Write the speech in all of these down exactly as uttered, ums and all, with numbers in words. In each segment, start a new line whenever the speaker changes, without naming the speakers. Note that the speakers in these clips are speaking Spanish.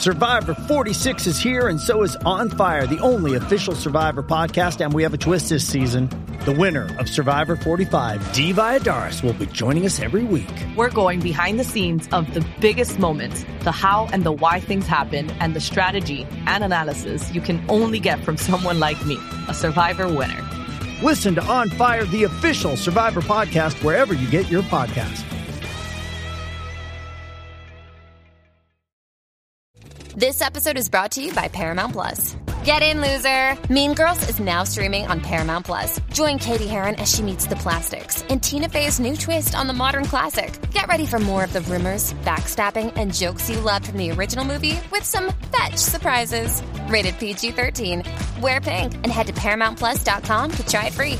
Survivor forty-six is here, and so is On Fire, the only official Survivor podcast, and we have a twist this season. The winner of Survivor forty-five, Dee Valladares, will be joining us every week.
We're going behind the scenes of the biggest moments, the how and the why things happen, and the strategy and analysis you can only get from someone like me, a Survivor winner.
Listen to On Fire, the official Survivor podcast, wherever you get your podcast.
This episode is brought to you by Paramount Plus. Get in, loser! Mean Girls is now streaming on Paramount Plus. Join Katie Heron as she meets the plastics in Tina Fey's new twist on the modern classic. Get ready for more of the rumors, backstabbing, and jokes you loved from the original movie with some fetch surprises. Rated P G thirteen. Wear pink and head to paramount plus dot com to try it free.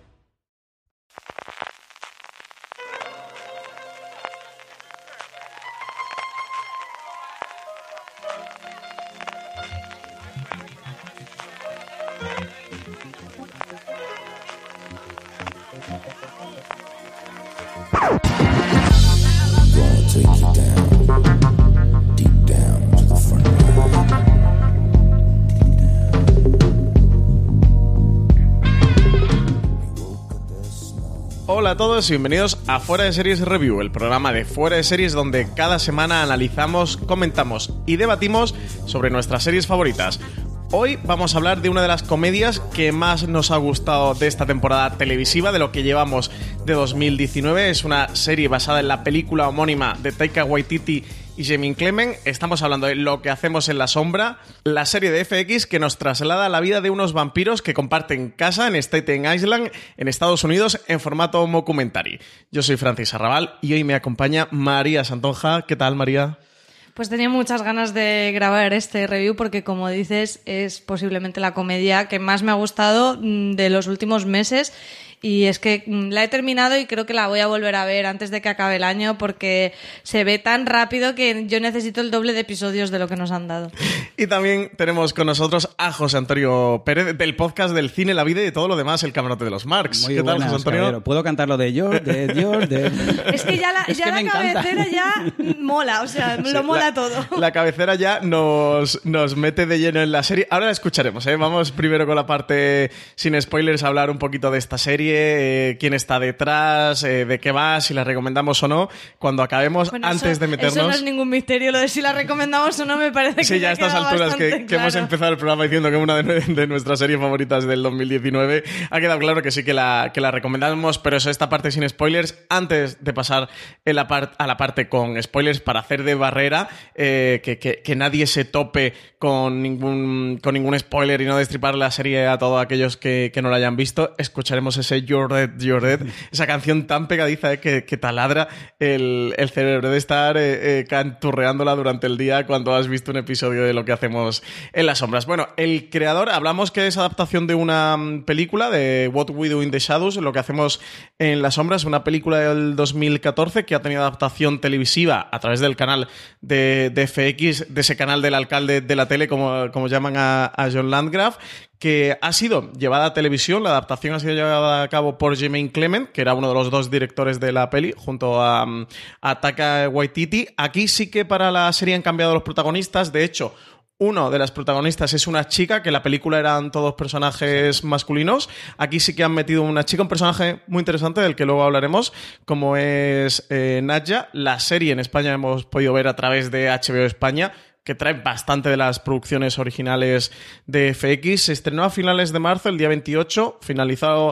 Hola a todos y bienvenidos a Fuera de Series Review, el programa de Fuera de Series donde cada semana analizamos, comentamos y debatimos sobre nuestras series favoritas. Hoy vamos a hablar de una de las comedias que más nos ha gustado de esta temporada televisiva, de lo que llevamos de dos mil diecinueve. Es una serie basada en la película homónima de Taika Waititi y Jemaine Clement. Estamos hablando de Lo que hacemos en la sombra, la serie de F X que nos traslada a la vida de unos vampiros que comparten casa en Staten Island, en Estados Unidos, en formato mockumentary. Yo soy Francis Arrabal y hoy me acompaña María Santonja. ¿Qué tal, María?
Pues tenía muchas ganas de grabar este review porque, como dices, es posiblemente la comedia que más me ha gustado de los últimos meses. Y es que la he terminado y creo que la voy a volver a ver antes de que acabe el año porque se ve tan rápido que yo necesito el doble de episodios de lo que nos han dado.
Y también tenemos con nosotros a José Antonio Pérez del podcast del cine, la vida y todo lo demás, El Camarote de los Marx.
Muy
¿Qué
buenas,
tal, José Antonio?
Caballero. ¿Puedo cantar lo de George? De George de...
Es que ya la,
es
ya
que
la cabecera ya mola, o sea,
Sí,
lo mola
la,
todo.
La cabecera ya nos, nos mete de lleno en la serie. Ahora la escucharemos, ¿eh? Vamos primero con la parte sin spoilers a hablar un poquito de esta serie, eh, quién está detrás, eh, de qué va, si la recomendamos o no. Cuando acabemos,
bueno,
antes
eso,
de meternos...
Eso no es ningún misterio, lo de si la recomendamos o no me parece que
sí, ya a estas alturas que,
claro.
que hemos empezado el programa diciendo que es una de, de nuestras series favoritas del dos mil diecinueve, ha quedado claro que sí que la, que la recomendamos, pero eso, esta parte sin spoilers. Antes de pasar en la part, a la parte con spoilers, para hacer de barrera, eh, que, que, que nadie se tope con ningún, con ningún spoiler y no destripar la serie a todos aquellos que, que no la hayan visto, escucharemos ese You're Dead, You're Dead, esa canción tan pegadiza eh, que, que taladra el, el cerebro de estar eh, eh, canturreándola durante el día cuando has visto un episodio de Lo que hacemos en las sombras. Bueno, el creador, hablamos que es adaptación de una película, de What We Do in the Shadows, Lo que hacemos en las sombras, una película del dos mil catorce que ha tenido adaptación televisiva a través del canal de, de F X, de ese canal del alcalde de la tele, como, como llaman a, a John Landgraf, que ha sido llevada a televisión. La adaptación ha sido llevada a cabo por Jemaine Clement, que era uno de los dos directores de la peli, junto a, a Taika Waititi. Aquí sí que para la serie han cambiado los protagonistas. De hecho, uno de las protagonistas es una chica, que en la película eran todos personajes masculinos. Aquí sí que han metido una chica, un personaje muy interesante del que luego hablaremos, como es eh, Nadja. La serie en España hemos podido ver a través de H B O España, que trae bastante de las producciones originales de F X. Se estrenó a finales de marzo, el día veintiocho, finalizado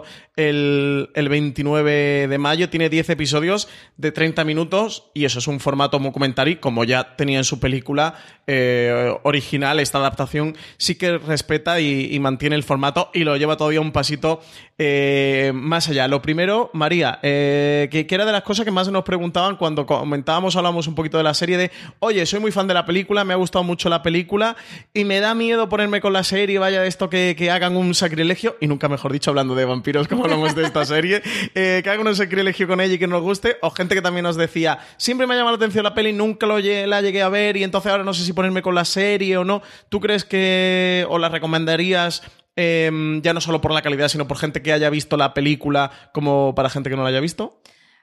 el, el veintinueve de mayo. Tiene diez episodios de treinta minutos y eso es un formato documentary, como ya tenía en su película eh, original. Esta adaptación sí que respeta y, y mantiene el formato y lo lleva todavía un pasito eh, más allá. Lo primero, María, eh, que, que era de las cosas que más nos preguntaban cuando comentábamos, hablamos un poquito de la serie, de oye, soy muy fan de la película, me ha gustado mucho la película y me da miedo ponerme con la serie, vaya de esto que, que hagan un sacrilegio, y nunca mejor dicho hablando de vampiros como hablamos de esta serie, eh, que hagan un sacrilegio con ella y que nos guste, o gente que también nos decía, siempre me ha llamado la atención la peli, nunca lo la llegué a ver y entonces ahora no sé si ponerme con la serie o no. ¿Tú crees que o la recomendarías eh, ya no solo por la calidad, sino por gente que haya visto la película como para gente que no la haya visto?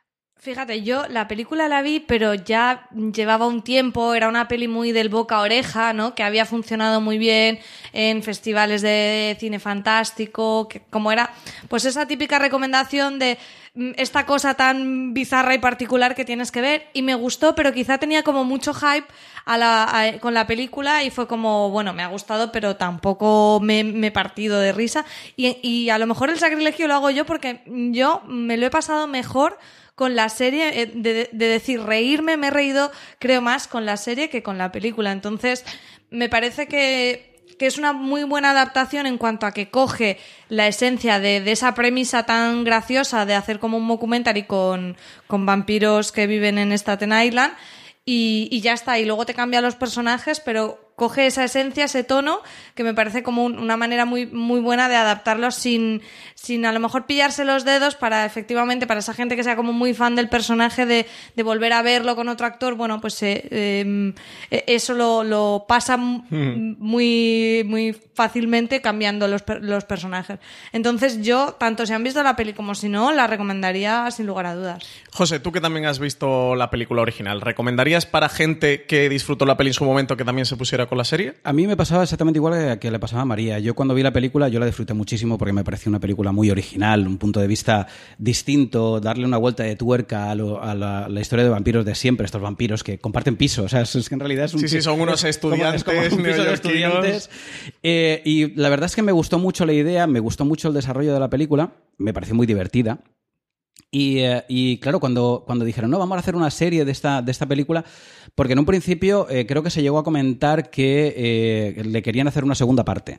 Fíjate, yo la película la vi, pero ya llevaba un tiempo, era una peli muy del boca a oreja, ¿no? Que había funcionado muy bien en festivales de cine fantástico, que como era, pues esa típica recomendación de esta cosa tan bizarra y particular que tienes que ver, y me gustó, pero quizá tenía como mucho hype a la, a, con la película y fue como, bueno, me ha gustado, pero tampoco me, me he partido de risa, y, y a lo mejor el sacrilegio lo hago yo porque yo me lo he pasado mejor con la serie, de, de decir reírme, me he reído creo más con la serie que con la película. Entonces me parece que, que es una muy buena adaptación en cuanto a que coge la esencia de, de esa premisa tan graciosa de hacer como un mockumentary con, con vampiros que viven en Staten Island y, y ya está, y luego te cambia los personajes, pero coge esa esencia, ese tono, que me parece como un, una manera muy, muy buena de adaptarlo sin, sin a lo mejor pillarse los dedos para, efectivamente, para esa gente que sea como muy fan del personaje, de, de volver a verlo con otro actor, bueno, pues eh, eh, eso lo, lo pasa mm. muy, muy fácilmente cambiando los, los personajes. Entonces yo, tanto si han visto la peli como si no, la recomendaría sin lugar a dudas.
José, tú que también has visto la película original, ¿recomendarías para gente que disfrutó la peli en su momento que también se pusiera con la serie?
A mí me pasaba exactamente igual que le pasaba a María. Yo cuando vi la película, yo la disfruté muchísimo porque me pareció una película muy original, un punto de vista distinto, darle una vuelta de tuerca a, lo, a la, la historia de vampiros de siempre, estos vampiros que comparten piso. O sea, es, es que en realidad es un...
Sí, sí, son unos estudiantes
como, es como un piso de estudiantes. Eh, y la verdad es que me gustó mucho la idea, me gustó mucho el desarrollo de la película, me pareció muy divertida. Y, eh, y claro, cuando, cuando dijeron, no, vamos a hacer una serie de esta, de esta película, porque en un principio eh, creo que se llegó a comentar que eh, le querían hacer una segunda parte.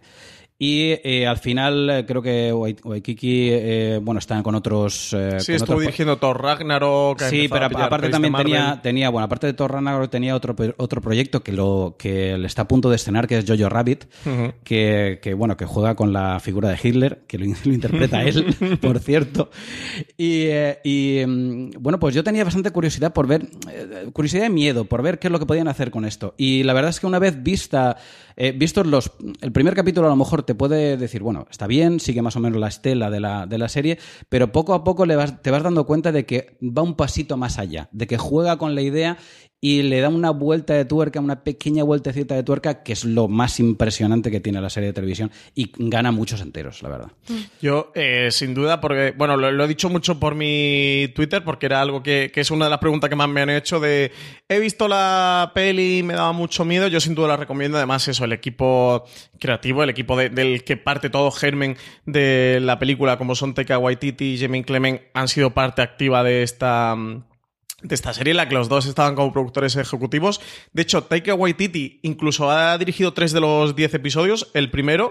Y eh, al final eh, creo que Waikiki, eh, bueno, están con otros... Eh,
sí,
con
estuvo
otros...
dirigiendo Thor Ragnarok.
Sí, pero aparte también tenía, tenía, bueno, aparte de Thor Ragnarok tenía otro, otro proyecto que lo que le está a punto de estrenar, que es Jojo Rabbit, uh-huh. que, que, bueno, que juega con la figura de Hitler, que lo, lo interpreta él, por cierto. Y, eh, y, bueno, pues yo tenía bastante curiosidad por ver, eh, curiosidad y miedo, por ver qué es lo que podían hacer con esto. Y la verdad es que una vez vista, eh, vistos los, el primer capítulo a lo mejor te puede decir, bueno, está bien, sigue más o menos la estela de la, de la serie, pero poco a poco le vas, te vas dando cuenta de que va un pasito más allá, de que juega con la idea y le da una vuelta de tuerca, una pequeña vueltecita de tuerca, que es lo más impresionante que tiene la serie de televisión y gana muchos enteros, la verdad.
Yo, eh, sin duda, porque, bueno, lo, lo he dicho mucho por mi Twitter, porque era algo que, que es una de las preguntas que más me han hecho de, he visto la peli y me daba mucho miedo, yo sin duda la recomiendo, además eso, el equipo creativo, el equipo de, del que parte todo germen de la película, como son Taika Waititi y Jemaine Clement, han sido parte activa de esta... de esta serie, en la que los dos estaban como productores ejecutivos. De hecho, Taika Waititi incluso ha dirigido tres de los diez episodios. El primero,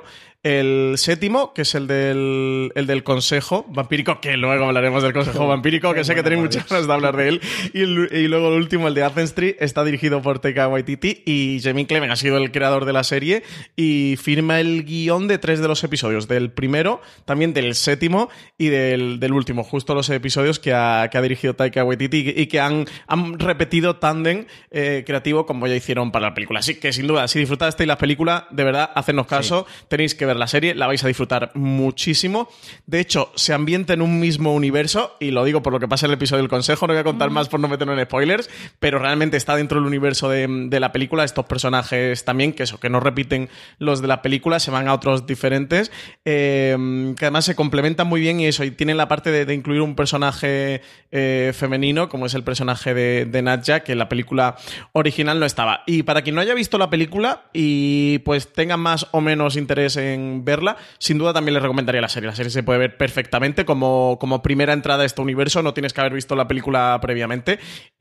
el séptimo, que es el del, el del Consejo Vampírico, que luego hablaremos del Consejo Vampírico, que sé que tenéis muchas ganas de hablar de él. Y, el, y luego el último, el de Athens Street, está dirigido por Taika Waititi y Jemaine Clement ha sido el creador de la serie y firma el guión de tres de los episodios, del primero, también del séptimo y del, del último, justo los episodios que ha, que ha dirigido Taika Waititi y, y que han, han repetido tándem eh, creativo como ya hicieron para la película. Así que, sin duda, si disfrutasteis la película, de verdad, hacednos caso, sí. Tenéis que ver la serie, la vais a disfrutar muchísimo. De hecho, se ambienta en un mismo universo, y lo digo por lo que pasa en el episodio del Consejo, no voy a contar mm. más por no meternos en spoilers, pero realmente está dentro del universo de, de la película. Estos personajes también, que eso, que no repiten los de la película, se van a otros diferentes, eh, que además se complementan muy bien y eso, y tienen la parte de, de incluir un personaje eh, femenino, como es el personaje de, de Nadja, que en la película original no estaba. Y para quien no haya visto la película y pues tenga más o menos interés en verla, sin duda también les recomendaría la serie. La serie se puede ver perfectamente como, como primera entrada a este universo, no tienes que haber visto la película previamente.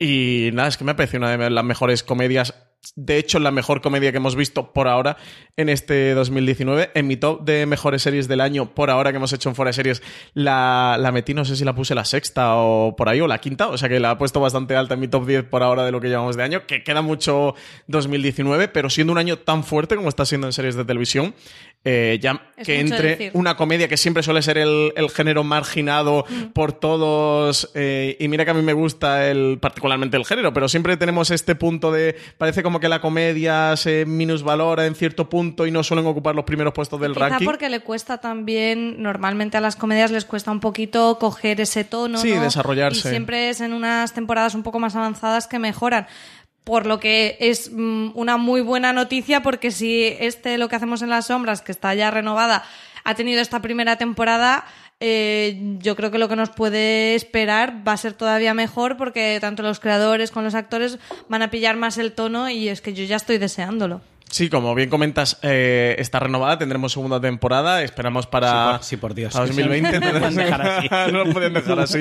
Y nada, es que me parece una de las mejores comedias. De hecho, la mejor comedia que hemos visto por ahora en este dos mil diecinueve. En mi top de mejores series del año por ahora que hemos hecho en Fuera de Series, la, la metí, no sé si la puse la sexta o por ahí, o la quinta, o sea que la he puesto bastante alta en mi top diez por ahora de lo que llevamos de año, que queda mucho dos mil diecinueve, pero siendo un año tan fuerte como está siendo en series de televisión, eh, ya
es
que entre
decir.
una comedia que siempre suele ser el, el género marginado mm. por todos, eh, y mira que a mí me gusta el particularmente el género, pero siempre tenemos este punto de parece como que la comedia se minusvalora en cierto punto y no suelen ocupar los primeros puestos del
Quizá
ranking.
Porque le cuesta también, normalmente a las comedias les cuesta un poquito coger ese tono,
sí,
¿no?
desarrollarse.
Y siempre es en unas temporadas un poco más avanzadas que mejoran. Por lo que es mm, una muy buena noticia, porque si este Lo que hacemos en las sombras, que está ya renovada, ha tenido esta primera temporada, eh, yo creo que lo que nos puede esperar va a ser todavía mejor, porque tanto los creadores como los actores van a pillar más el tono, y es que yo ya estoy deseándolo.
Sí, como bien comentas, eh, está renovada, tendremos segunda temporada, esperamos para,
sí, por, sí, por Dios,
para dos mil veinte.
No pueden dejar así.
No pueden dejar así.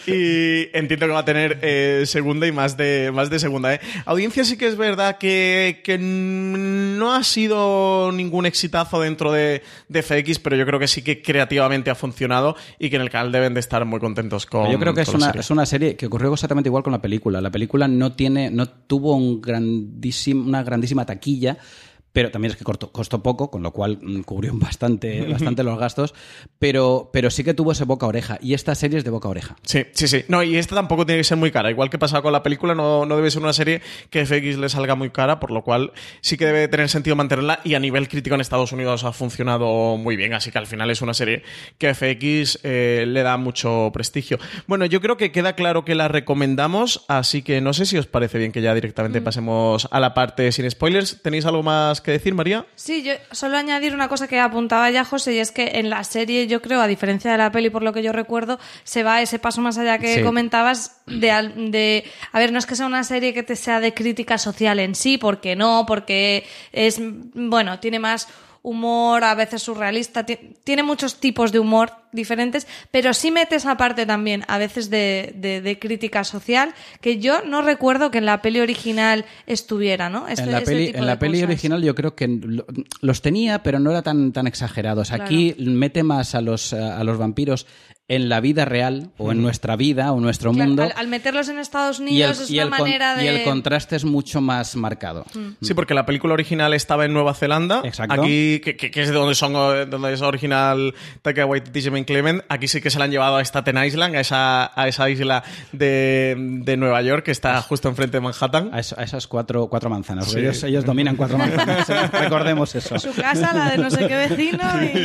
Y entiendo que va a tener eh, segunda y más de, más de segunda. ¿eh? Audiencia sí que es verdad que, que no ha sido ningún exitazo dentro de, de F X, pero yo creo que sí que creativamente ha funcionado y que en el canal deben de estar muy contentos con
Yo creo que es
con la
una,
serie.
es una serie que ocurrió exactamente igual con la película. La película no tiene, no tuvo un grandísimo, una grandísima taquilla, pero también es que costó, costó poco, con lo cual mm, cubrió bastante, bastante los gastos, pero, pero sí que tuvo ese boca a oreja, y esta serie es de boca a oreja.
Sí, sí, sí. No, y esta tampoco tiene que ser muy cara. Igual que pasaba con la película, no, no debe ser una serie que F X le salga muy cara, por lo cual sí que debe tener sentido mantenerla, y a nivel crítico en Estados Unidos ha funcionado muy bien, así que al final es una serie que a F X eh, le da mucho prestigio. Bueno, yo creo que queda claro que la recomendamos, así que no sé si os parece bien que ya directamente mm. pasemos a la parte sin spoilers. ¿Tenéis algo más que decir, María?
Sí, yo solo añadir una cosa que apuntaba ya José, y es que en la serie, yo creo, a diferencia de la peli, por lo que yo recuerdo, se va ese paso más allá que sí. comentabas de, de... A ver, no es que sea una serie que te sea de crítica social en sí, porque no, porque es... Bueno, tiene más humor, a veces surrealista, t- tiene muchos tipos de humor diferentes, pero sí mete esa parte también a veces de, de, de crítica social, que yo no recuerdo que en la peli original estuviera, ¿no? Este,
en la peli, en la peli original yo creo que lo, los tenía, pero no era tan, tan exagerados. Claro. Aquí mete más a los, a los vampiros en la vida real, o en nuestra vida, o nuestro
claro,
mundo.
Al, al meterlos en Estados Unidos
el,
es una
el,
manera de...
Y el contraste es mucho más marcado.
Mm.
Sí, porque la película original estaba en Nueva Zelanda.
Exacto.
Aquí, que, que, que es de donde, son, donde es original Taika Waititi y Jermaine Clement, aquí sí que se la han llevado a Staten Island, a esa, a esa isla de, de Nueva York, que está justo enfrente de Manhattan.
A, eso, a esas cuatro, cuatro manzanas. Sí. Ellos, ellos dominan cuatro manzanas. ¿sí? Recordemos eso.
Su casa, la de no sé qué vecino.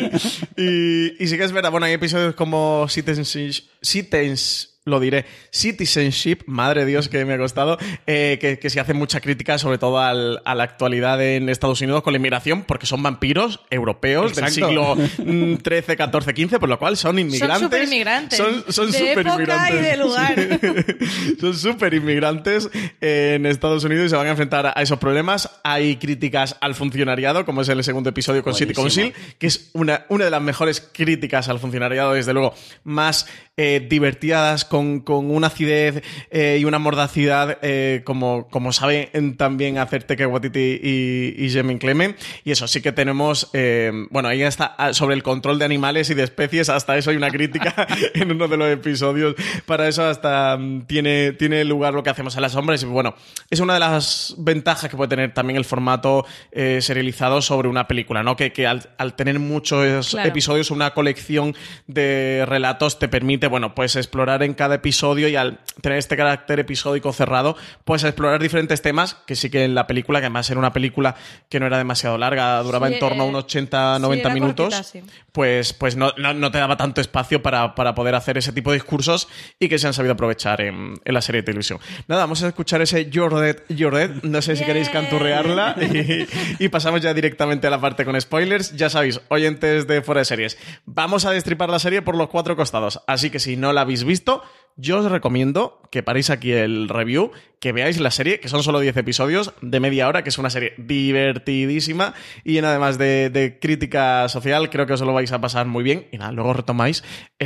Y,
y, y sí que es verdad, bueno, hay episodios como Citizenship, Citizens, lo diré, Citizenship, madre Dios que me ha costado, eh, que, que se hace mucha crítica sobre todo al, a la actualidad en Estados Unidos con la inmigración, porque son vampiros europeos
Exacto.
del siglo trece, catorce, quince, por lo cual son inmigrantes.
Son súper inmigrantes.
Son, son
de
super
época
inmigrantes.
y de lugar.
Son súper inmigrantes en Estados Unidos y se van a enfrentar a esos problemas. Hay críticas al funcionariado, como es el segundo episodio con Buenísimo. City Council, que es una, una de las mejores críticas al funcionariado, desde luego, más eh, divertidas, con, con una acidez eh, y una mordacidad eh, como, como saben también hacer Taika Waititi y, y Jermaine Clement. Y eso, sí que tenemos, eh, bueno, ahí está sobre el control de animales y de especies, hasta eso hay una crítica en uno de los episodios. Para eso hasta um, tiene, tiene lugar Lo que hacemos en las sombras. Y bueno, es una de las ventajas que puede tener también el formato eh, serializado sobre una película, ¿no? Que, que al, al tener muchos claro. episodios, una colección de relatos te permite, bueno, pues explorar en cada episodio, y al tener este carácter episódico cerrado, pues explorar diferentes temas, que sí que en la película, que además era una película que no era demasiado larga, duraba sí, en torno eh, a unos ochenta noventa sí, minutos, cortita, sí. pues, pues no, no, no te daba tanto espacio para, para poder hacer ese tipo de discursos y que se han sabido aprovechar en, en la serie de televisión. Nada, vamos a escuchar ese You're Dead, You're Dead, no sé si yeah. queréis canturrearla, y, y pasamos ya directamente a la parte con spoilers. Ya sabéis, oyentes de Fuera de Series, vamos a destripar la serie por los cuatro costados, así que si no la habéis visto, yo os recomiendo que paréis aquí el review, que veáis la serie, que son solo diez episodios de media hora, que es una serie divertidísima y llena además de, de crítica social. Creo que os lo vais a pasar muy bien. Y nada, luego retomáis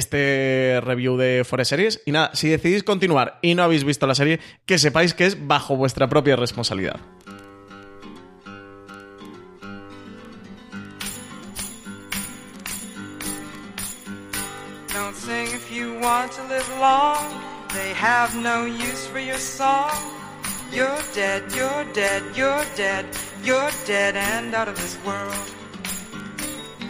este review de Fuera de Series. Y nada, si decidís continuar y no habéis visto la serie, que sepáis que es bajo vuestra propia responsabilidad.
Don't sing if you want to live long. They have no use for your song. You're dead, you're dead, you're dead, you're dead and out of this world.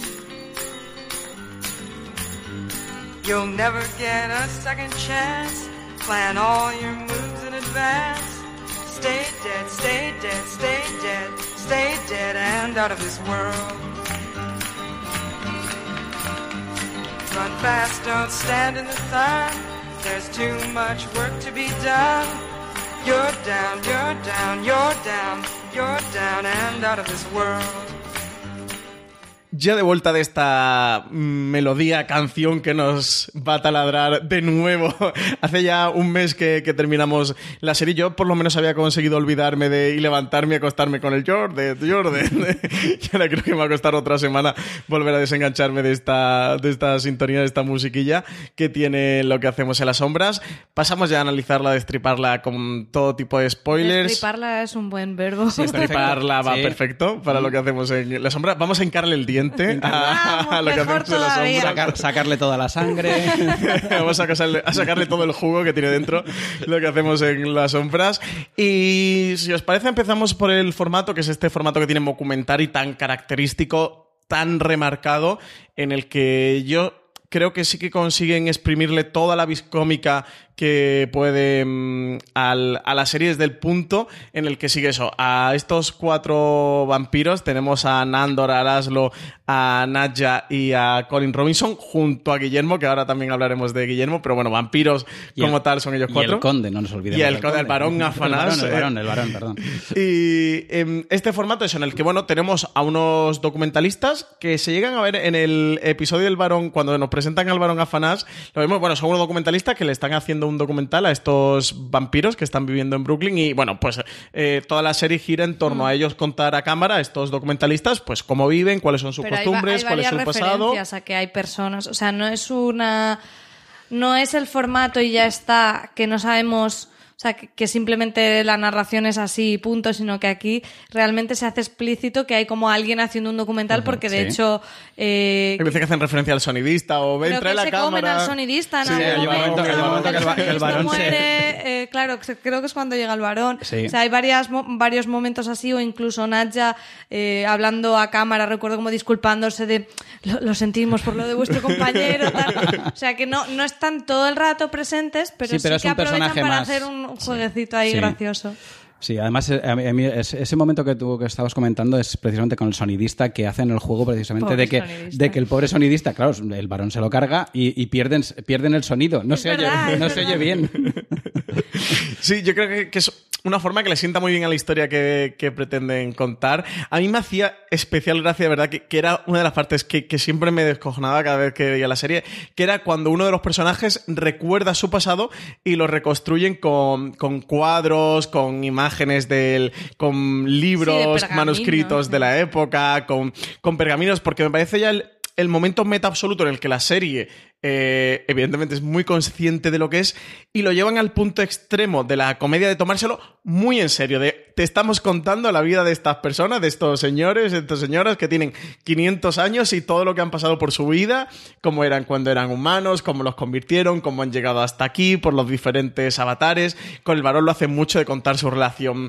You'll never get a second chance. Plan all your moves in advance. Stay dead, stay dead, stay dead, stay dead and out of this world. Run fast, don't stand in the sun. There's too much work to be done. You're down, you're down, you're down, you're down and out of this world.
Ya de vuelta de esta melodía, canción que nos va a taladrar de nuevo. Hace ya un mes que, que terminamos la serie. Yo por lo menos había conseguido olvidarme de y levantarme y acostarme con el Jordan, Jordan. Y ahora creo que me va a costar otra semana volver a desengancharme de esta, de esta sintonía, de esta musiquilla que tiene Lo que hacemos en las sombras. Pasamos ya a analizarla, a destriparla con todo tipo de spoilers.
Destriparla es un buen verbo.
Sí, destriparla va
sí.
perfecto para lo que hacemos en la sombra. Vamos a hincarle el diente a, a lo que hacemos en la sombra.
Sacar, sacarle toda la sangre.
Vamos a sacarle, a sacarle todo el jugo que tiene dentro lo que hacemos en las sombras. Y si os parece, empezamos por el formato, que es este formato que tiene Mockumentary tan característico, tan remarcado, en el que yo creo que sí que consiguen exprimirle toda la vis cómica que puede mmm, al, a la serie, desde el punto en el que sigue eso. A estos cuatro vampiros tenemos a Nandor, a Laszlo, a Nadja y a Colin Robinson, junto a Guillermo, que ahora también hablaremos de Guillermo, pero bueno, vampiros
y
como
el,
tal son ellos cuatro.
Y el conde, no nos olvidemos.
Y el conde, el varón Afanás.
El varón, el varón, el varón, perdón.
Y eh, este formato es en el que, bueno, tenemos a unos documentalistas que se llegan a ver en el episodio del varón, cuando nos presentan al varón Afanás, lo vemos, bueno, son unos documentalistas que le están haciendo un documental a estos vampiros que están viviendo en Brooklyn y, bueno, pues eh, toda la serie gira en torno mm. a ellos contar a cámara, a estos documentalistas, pues cómo viven, cuáles son sus
Pero
costumbres,
hay, hay
cuál es su pasado.
Referencias a que hay personas, o sea, no es una... No es el formato y ya está, que no sabemos... O sea, que, que simplemente la narración es así y punto, sino que aquí realmente se hace explícito que hay como alguien haciendo un documental, porque de sí. hecho... Eh,
hay veces que hacen referencia al sonidista o ven, trae la
se
cámara...
comen al sonidista en
sí,
algún
hay
momento.
momento,
No,
momento que el, va, el varón
muere,
se...
eh, claro, creo que es cuando llega el varón.
Sí.
O sea, hay varias, varios momentos así, o incluso Nadja eh, hablando a cámara, recuerdo como disculpándose de lo, lo sentimos por lo de vuestro compañero, tal. O sea, que no, no están todo el rato presentes, pero sí, pero sí que aprovechan para
más...
hacer un jueguecito ahí. Sí. Gracioso.
Sí, además a mí, a mí ese momento que tú que estabas comentando es precisamente con el sonidista, que hacen el juego precisamente de que, de que el pobre sonidista, claro, el varón se lo carga y, y pierden, pierden el sonido, no, se oye, no se oye bien.
Sí, yo creo que, que es una forma que le sienta muy bien a la historia que, que pretenden contar. A mí me hacía especial gracia, de verdad, que, que era una de las partes que, que siempre me descojonaba cada vez que veía la serie, que era cuando uno de los personajes recuerda su pasado y lo reconstruyen con, con cuadros, con imágenes, del, con libros, sí, manuscritos de la época, con, con pergaminos, porque me parece ya el, el momento meta absoluto en el que la serie eh, evidentemente es muy consciente de lo que es y lo llevan al punto extremo de la comedia de tomárselo muy en serio, de te estamos contando la vida de estas personas, de estos señores, de estas señoras que tienen quinientos años y todo lo que han pasado por su vida, cómo eran cuando eran humanos, cómo los convirtieron, cómo han llegado hasta aquí, por los diferentes avatares. Con el varón lo hace mucho de contar su relación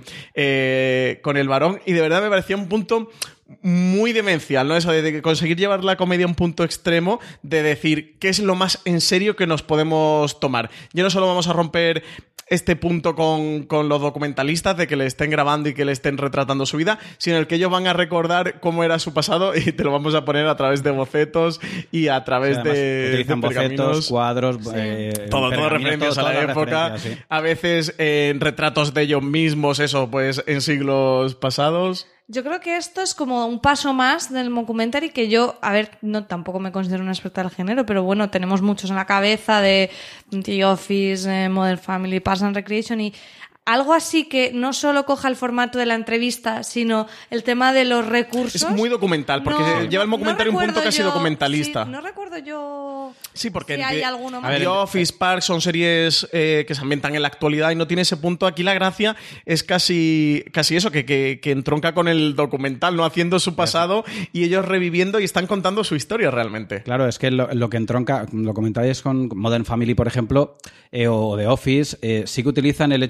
eh, con el varón y de verdad me parecía un punto muy demencial, ¿no? Eso de, de conseguir llevar la comedia a un punto extremo, de decir qué es lo más en serio que nos podemos tomar. Ya no solo vamos a romper este punto con, con los documentalistas de que le estén grabando y que le estén retratando su vida, sino el que ellos van a recordar cómo era su pasado y te lo vamos a poner a través de bocetos y a través sí, de,
utilizan
de
bocetos, cuadros, sí. eh,
todo, todo referencias todo, a la época, sí. A veces eh, retratos de ellos mismos, eso, pues en siglos pasados.
Yo creo que esto es como un paso más del mockumentary que yo, a ver, no tampoco me considero una experta del género, pero bueno, tenemos muchos en la cabeza de The Office, eh, Modern Family, Parks and Recreation y algo así que no solo coja el formato de la entrevista, sino el tema de los recursos.
Es muy documental, porque no, lleva el mockumentary no un punto casi
yo,
documentalista.
Sí, no recuerdo yo
sí, porque
si hay alguno más.
A ver, The Office, Parks son series eh, que se ambientan en la actualidad y no tiene ese punto. Aquí la gracia es casi, casi eso, que, que, que entronca con el documental, ¿no? Haciendo su pasado y ellos reviviendo y están contando su historia realmente.
Claro, es que lo, lo que entronca, lo comentáis con Modern Family, por ejemplo, eh, o The Office, eh, sí que utilizan el hecho de que haya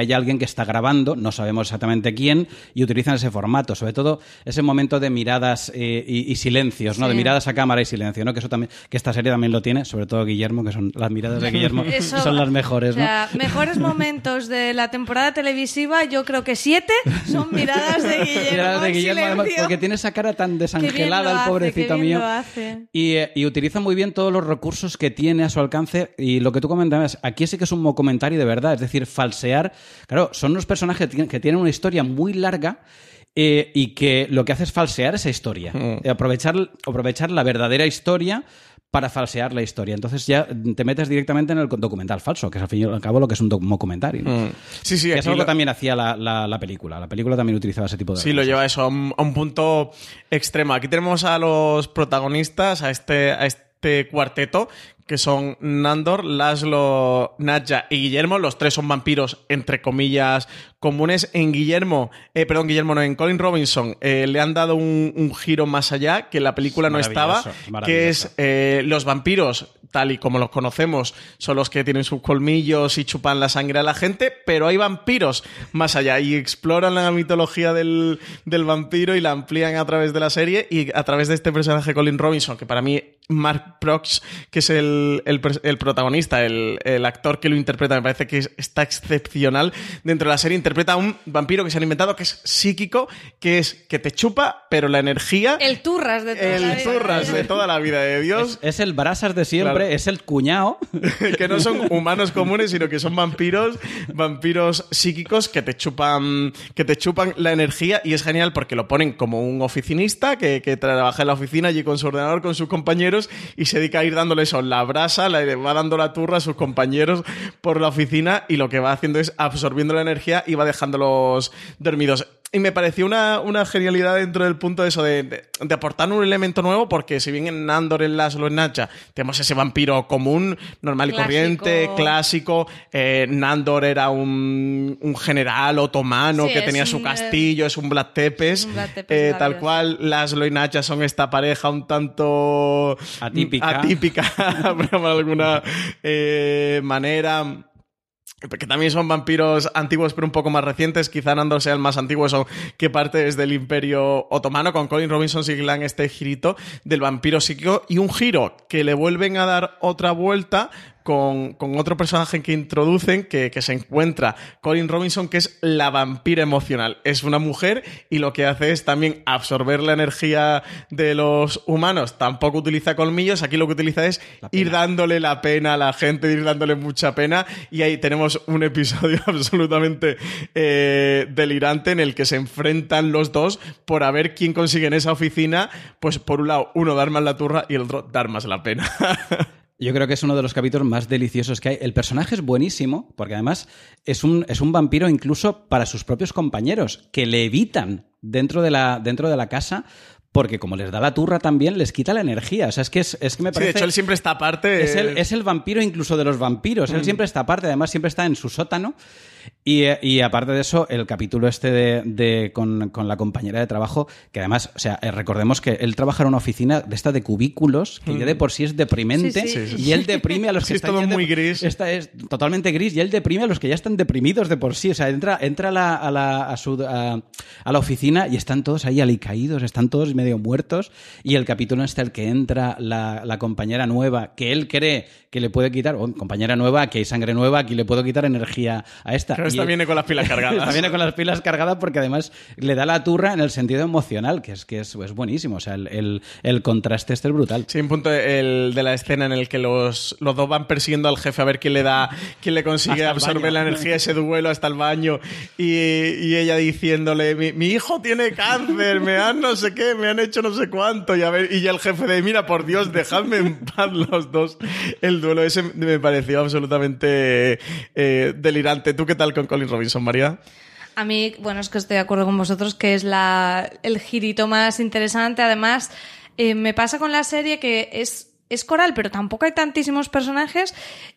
hay alguien que está grabando, no sabemos exactamente quién, y utilizan ese formato, sobre todo ese momento de miradas eh, y, y silencios, ¿no? Sí. De miradas a cámara y silencio, ¿no? Que eso también, que esta serie también lo tiene, sobre todo Guillermo, que son las miradas de Guillermo, eso, son las mejores, ¿no?
O sea, mejores momentos de la temporada televisiva, yo creo que siete son miradas de Guillermo.
Miradas de Guillermo, además, porque tiene esa cara tan desangelada, el pobrecito
hace,
mío.
Y,
y utiliza muy bien todos los recursos que tiene a su alcance, y lo que tú comentabas, aquí sí que es un documentario de verdad, es decir, falsear. Claro, son unos personajes que tienen una historia muy larga eh, y que lo que hace es falsear esa historia, mm. aprovechar, aprovechar la verdadera historia para falsear la historia. Entonces ya te metes directamente en el documental falso, que es al fin y al cabo lo que es un documentario, ¿no? Mm.
Sí, sí.
Que es algo lo... que también hacía la, la, la película. La película también utilizaba ese tipo de
Sí,
cosas.
Lo lleva eso a un, a un punto extremo. Aquí tenemos a los protagonistas, a este, a este cuarteto, que son Nandor, Laszlo, Nadja y Guillermo. Los tres son vampiros, entre comillas, comunes. En Guillermo, eh, perdón, Guillermo no, en Colin Robinson eh, le han dado un, un giro más allá, que en la película no estaba, que es eh, los vampiros, tal y como los conocemos, son los que tienen sus colmillos y chupan la sangre a la gente, pero hay vampiros más allá y exploran la mitología del, del vampiro y la amplían a través de la serie y a través de este personaje Colin Robinson, que para mí Mark Prox, que es el El, el, el protagonista, el, el actor que lo interpreta, me parece que es, está excepcional dentro de la serie. Interpreta a un vampiro que se han inventado, que es psíquico, que es que te chupa, pero la energía...
El turras de toda
el
la vida.
El turras de toda la vida de Dios.
Es, es el brasas de siempre, claro. Es el cuñado.
Que no son humanos comunes, sino que son vampiros, vampiros psíquicos que te chupan, que te chupan la energía, y es genial porque lo ponen como un oficinista que, que trabaja en la oficina allí con su ordenador, con sus compañeros, y se dedica a ir dándole eso, la brasa, le va dando la turra a sus compañeros por la oficina, y lo que va haciendo es absorbiendo la energía y va dejándolos dormidos. Y me pareció una, una genialidad dentro del punto de eso, de, de, de aportar un elemento nuevo, porque si bien en Nandor, en Laszlo, en Nadja tenemos ese vampiro común, normal y clásico. corriente, clásico, eh, Nandor era un, un general otomano sí, que tenía su un, castillo, es un Vlad Tepes, un Vlad Tepes eh, tal cual. Laszlo y Nadja son esta pareja un tanto
atípica,
atípica de alguna eh, manera... que también son vampiros antiguos pero un poco más recientes. Quizá Nandor sea el más antiguo, eso que parte desde el Imperio Otomano. Con Colin Robinson sí que le dan este girito del vampiro psíquico, y un giro que le vuelven a dar otra vuelta con, con otro personaje que introducen, que, que se encuentra Colin Robinson, que es la vampira emocional. Es una mujer y lo que hace es también absorber la energía de los humanos. Tampoco utiliza colmillos, aquí lo que utiliza es ir dándole la pena a la gente, ir dándole mucha pena, y ahí tenemos un episodio absolutamente eh, delirante en el que se enfrentan los dos por a ver quién consigue en esa oficina, pues por un lado uno dar más la turra y el otro dar más la pena.
Yo creo que es uno de los capítulos más deliciosos que hay. El personaje es buenísimo, porque además es un, es un vampiro incluso para sus propios compañeros, que le evitan dentro de la, dentro de la casa, porque como les da la turra también, les quita la energía. O sea, es que, es, es que me parece...
Sí, de hecho, él siempre está aparte.
Es el, es el vampiro incluso de los vampiros. Mm. Él siempre está aparte, además siempre está en su sótano. Y, y aparte de eso, el capítulo este de, de con, con la compañera de trabajo, que además, o sea, recordemos que él trabaja en una oficina de esta de cubículos, que mm. ya de por sí es deprimente, sí, sí, sí, sí. y él deprime a los que
sí,
están...
Es todo muy
de,
gris.
Esta es totalmente gris, y él deprime a los que ya están deprimidos de por sí. O sea, entra, entra a, la, a, la, a, su, a, a la oficina y están todos ahí alicaídos, están todos medio muertos, y el capítulo este el que entra la, la compañera nueva, que él cree que le puede quitar, oh, compañera nueva, que hay sangre nueva, aquí le puedo quitar energía a esta.
Pero esta
y
viene
él,
con las pilas cargadas.
Esta viene con las pilas cargadas porque además le da la turra en el sentido emocional, que es que es, es buenísimo. O sea, el, el, el contraste este es brutal.
Sí, un punto el de la escena en el que los, los dos van persiguiendo al jefe a ver quién le da, quién le consigue absorber la energía, ese duelo hasta el baño, y, y ella diciéndole, mi, mi hijo tiene cáncer, me han no sé qué, me han hecho no sé cuánto, y, a ver, y ya el jefe de, mira, por Dios, dejadme en paz los dos. El duelo ese me pareció absolutamente eh, delirante. ¿Tú qué tal con Colin Robinson, María?
A mí, bueno, es que estoy de acuerdo con vosotros que es la, el girito más interesante. Además, eh, me pasa con la serie que es, es coral, pero tampoco hay tantísimos personajes,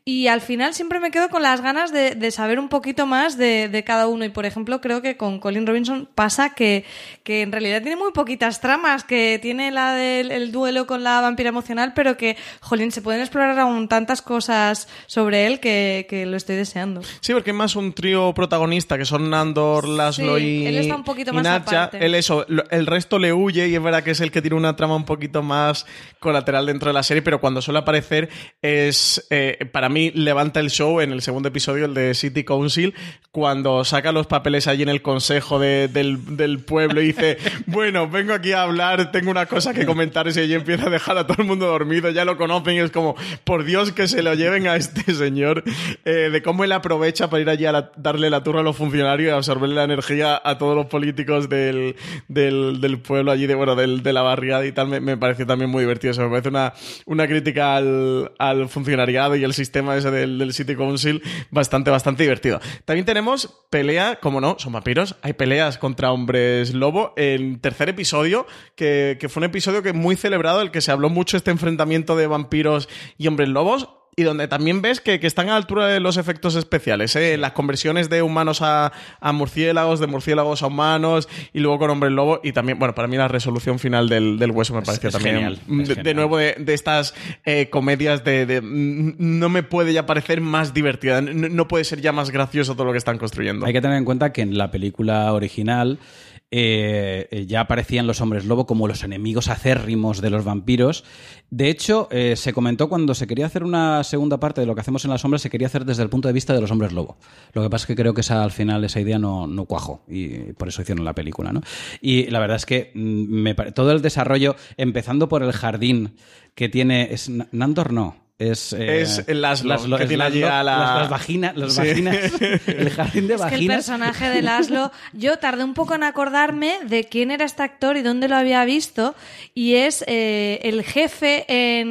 y al final siempre me quedo con las ganas de, de saber un poquito más de, de cada uno. Y por ejemplo, creo que con Colin Robinson pasa que, que en realidad tiene muy poquitas tramas, que tiene la del el duelo con la vampira emocional, pero que, jolín, se pueden explorar aún tantas cosas sobre él que, que lo estoy deseando.
Sí, porque es más un trío protagonista que son Nandor, Laszlo
sí,
y
él está un poquito más
Nadja.
aparte.
Él eso, el resto le huye y es verdad que es el que tiene una trama un poquito más colateral dentro de la serie, pero cuando suele aparecer es, eh, para mí, levanta el show en el segundo episodio, el de City Council, cuando saca los papeles allí en el consejo de, del, del pueblo y dice, bueno, vengo aquí a hablar, tengo una cosa que comentar, y allí empieza a dejar a todo el mundo dormido, ya lo conocen y es como, por Dios que se lo lleven a este señor, eh, de cómo él aprovecha para ir allí a la, darle la turra a los funcionarios y absorberle la energía a todos los políticos del, del, del pueblo allí, de, bueno, del, de la barriada y tal, me, me pareció también muy divertido. Eso me parece una, una crítica al, al funcionariado y el sistema ese del, del City Council bastante, bastante divertido. También tenemos pelea, como no, son vampiros, hay peleas contra hombres lobo. En tercer episodio, que, que fue un episodio que muy celebrado, el que se habló mucho este enfrentamiento de vampiros y hombres lobos, y donde también ves que, que están a la altura de los efectos especiales, ¿eh? Las conversiones de humanos a, a murciélagos, de murciélagos a humanos, y luego con hombres lobo, y también, bueno, para mí la resolución final del, del hueso me pareció es, es también
genial,
de,
es
de
genial.
nuevo de, de estas eh, comedias de, de no me puede ya parecer más divertida, no, no puede ser ya más gracioso todo lo que están construyendo.
Hay que tener en cuenta que en la película original Eh, ya aparecían los hombres lobo como los enemigos acérrimos de los vampiros. De hecho, eh, se comentó cuando se quería hacer una segunda parte de Lo que hacemos en las sombras, se quería hacer desde el punto de vista de los hombres lobo. Lo que pasa es que creo que esa, al final esa idea no, no cuajó y por eso hicieron la película, ¿no? Y la verdad es que me, todo el desarrollo, empezando por el jardín que tiene... ¿Es Nandor? No. Es, eh,
es el Laszlo,
Laszlo,
que
es
tiene allí a la...
las, las vaginas, las
sí.
vaginas, el jardín de
es
vaginas.
Que el personaje de Laszlo, yo tardé un poco en acordarme de quién era este actor y dónde lo había visto, y es eh, el jefe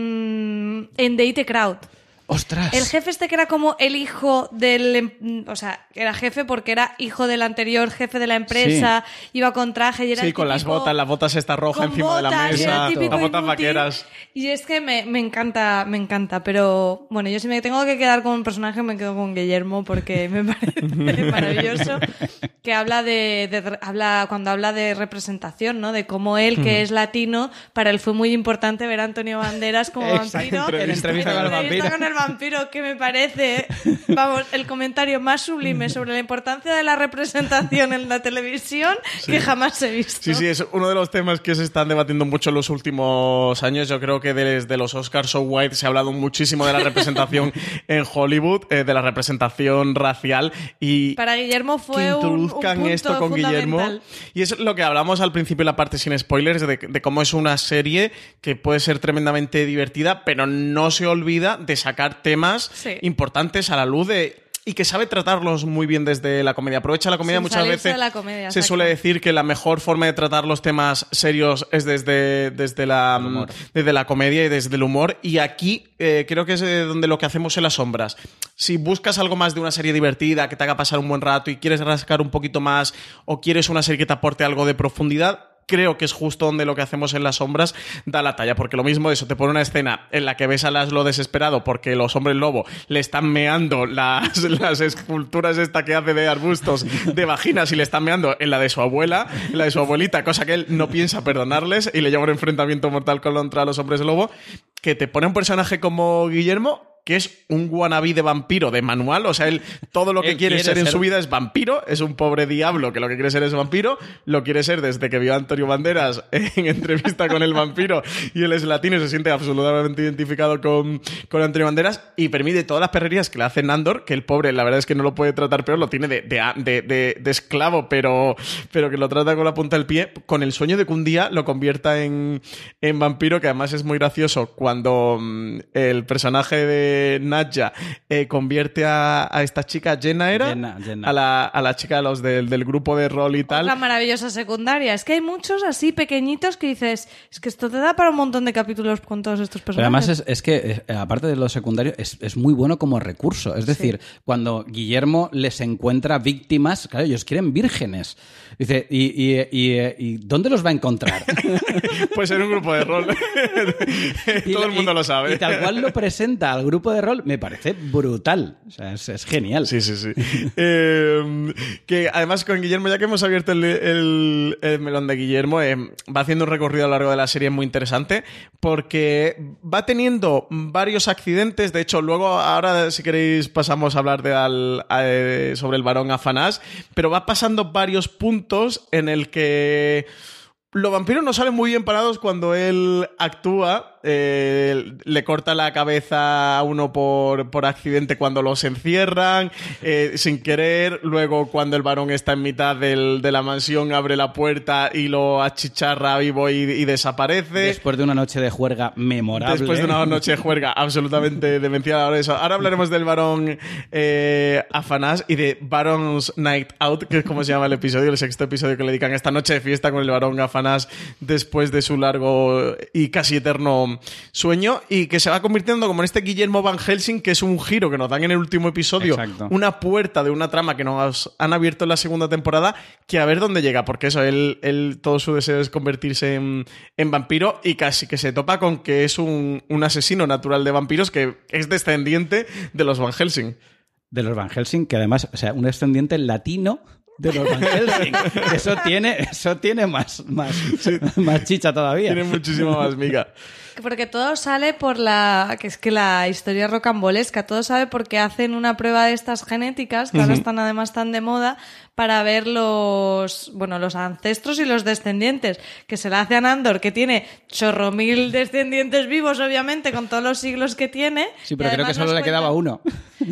en, en The It Crowd.
¡Ostras!
El jefe este que era como el hijo del... O sea, era jefe porque era hijo del anterior jefe de la empresa, sí. Iba con traje y era
Sí,
el
con las
típico,
botas, las botas esta roja encima
botas,
de la mesa,
las
botas
inútil,
vaqueras.
Y es que me, me encanta, me encanta, pero bueno, yo si me tengo que quedar con un personaje me quedo con Guillermo porque me parece maravilloso, que habla de, de habla cuando habla de representación, ¿no? De cómo él, que es latino, para él fue muy importante ver a Antonio Banderas como vampiro.
En entrevista con el vampiro.
Con el vampiro, que me parece, vamos, el comentario más sublime sobre la importancia de la representación en la televisión sí. que jamás he visto.
Sí, sí, es uno de los temas que se están debatiendo mucho en los últimos años. Yo creo que desde los Oscars So White se ha hablado muchísimo de la representación en Hollywood, eh, de la representación racial, y
para Guillermo fue
que introduzcan
un, un punto
esto con Guillermo. Y es lo que hablamos al principio en la parte sin spoilers, de, de cómo es una serie que puede ser tremendamente divertida, pero no se olvida de sacar temas sí. importantes a la luz de... y que sabe tratarlos muy bien desde la comedia. Aprovecha la comedia. Sin muchas veces
la comedia,
se suele decir que la mejor forma de tratar los temas serios es desde, desde, la, desde la comedia y desde el humor, y aquí eh, creo que es donde lo que hacemos en las sombras. Si buscas algo más de una serie divertida que te haga pasar un buen rato y quieres rascar un poquito más, o quieres una serie que te aporte algo de profundidad, creo que es justo donde lo que hacemos en las sombras da la talla, porque lo mismo de eso, te pone una escena en la que ves a Laszlo desesperado porque los hombres lobo le están meando las, las esculturas esta que hace de arbustos de vaginas y le están meando en la de su abuela, en la de su abuelita, cosa que él no piensa perdonarles y le lleva un enfrentamiento mortal contra los hombres lobo, que te pone un personaje como Guillermo, que es un wannabe de vampiro de manual. O sea, él todo lo que quiere, quiere ser, ser en su vida es vampiro, es un pobre diablo que lo que quiere ser es vampiro, lo quiere ser desde que vio a Antonio Banderas en entrevista con el vampiro, y él es latino y se siente absolutamente identificado con, con Antonio Banderas, y permite todas las perrerías que le hace Nandor, que el pobre, la verdad es que no lo puede tratar peor, lo tiene de, de, de, de, de esclavo, pero, pero que lo trata con la punta del pie, con el sueño de que un día lo convierta en, en vampiro, que además es muy gracioso cuando mmm, el personaje de Nadja eh, convierte a, a esta chica, Jenna era,
Jenna, Jenna.
A, la, a la chica de los del, del grupo de rol y tal.
Otra maravillosa secundaria. Es que hay muchos así pequeñitos que dices, es que esto te da para un montón de capítulos con todos estos personajes.
Pero además es, es que, eh, aparte de lo secundario, es, es muy bueno como recurso. Es decir, sí. cuando Guillermo les encuentra víctimas, claro, ellos quieren vírgenes. Dice, ¿y, y, y, y dónde los va a encontrar?
Pues en un grupo de rol. Todo y, el mundo
y,
lo sabe.
Y tal cual lo presenta al grupo grupo de rol me parece brutal. O sea, es, es genial.
Sí, sí, sí. eh, que además con Guillermo, ya que hemos abierto el, el, el melón de Guillermo, eh, va haciendo un recorrido a lo largo de la serie muy interesante porque va teniendo varios accidentes. De hecho, luego, ahora si queréis pasamos a hablar de al, a, sobre el varón Afanás, pero va pasando varios puntos en el que los vampiros no salen muy bien parados cuando él actúa. Eh, le corta la cabeza a uno por, por accidente cuando los encierran, eh, sin querer. Luego, cuando el varón está en mitad del, de la mansión, abre la puerta y lo achicharra vivo y, y desaparece.
Después de una noche de juerga memorable.
Después de una noche de juerga absolutamente demencial. Ahora, eso. Ahora hablaremos del varón eh, Afanás y de Baron's Night Out, que es como se llama el episodio, el sexto episodio que le dedican esta noche de fiesta con el varón Afanás después de su largo y casi eterno sueño, y que se va convirtiendo como en este Guillermo Van Helsing, que es un giro que nos dan en el último episodio. Exacto. Una puerta de una trama que nos han abierto en la segunda temporada, que a ver dónde llega, porque eso, él, él todo su deseo es convertirse en, en vampiro, y casi que se topa con que es un, un asesino natural de vampiros que es descendiente de los Van Helsing.
De los Van Helsing, que además, o sea, un descendiente latino de los Van Helsing. Eso tiene, eso tiene más, más, sí. más chicha todavía.
Tiene muchísima más miga.
Porque todo sale por la... que es que la historia rocambolesca, todo sale porque hacen una prueba de estas genéticas, que uh-huh. ahora están además tan de moda, para ver los, bueno, los ancestros y los descendientes, que se la hace a Andor, que tiene chorro mil descendientes vivos, obviamente, con todos los siglos que tiene.
Sí, pero creo que solo le quedaba uno.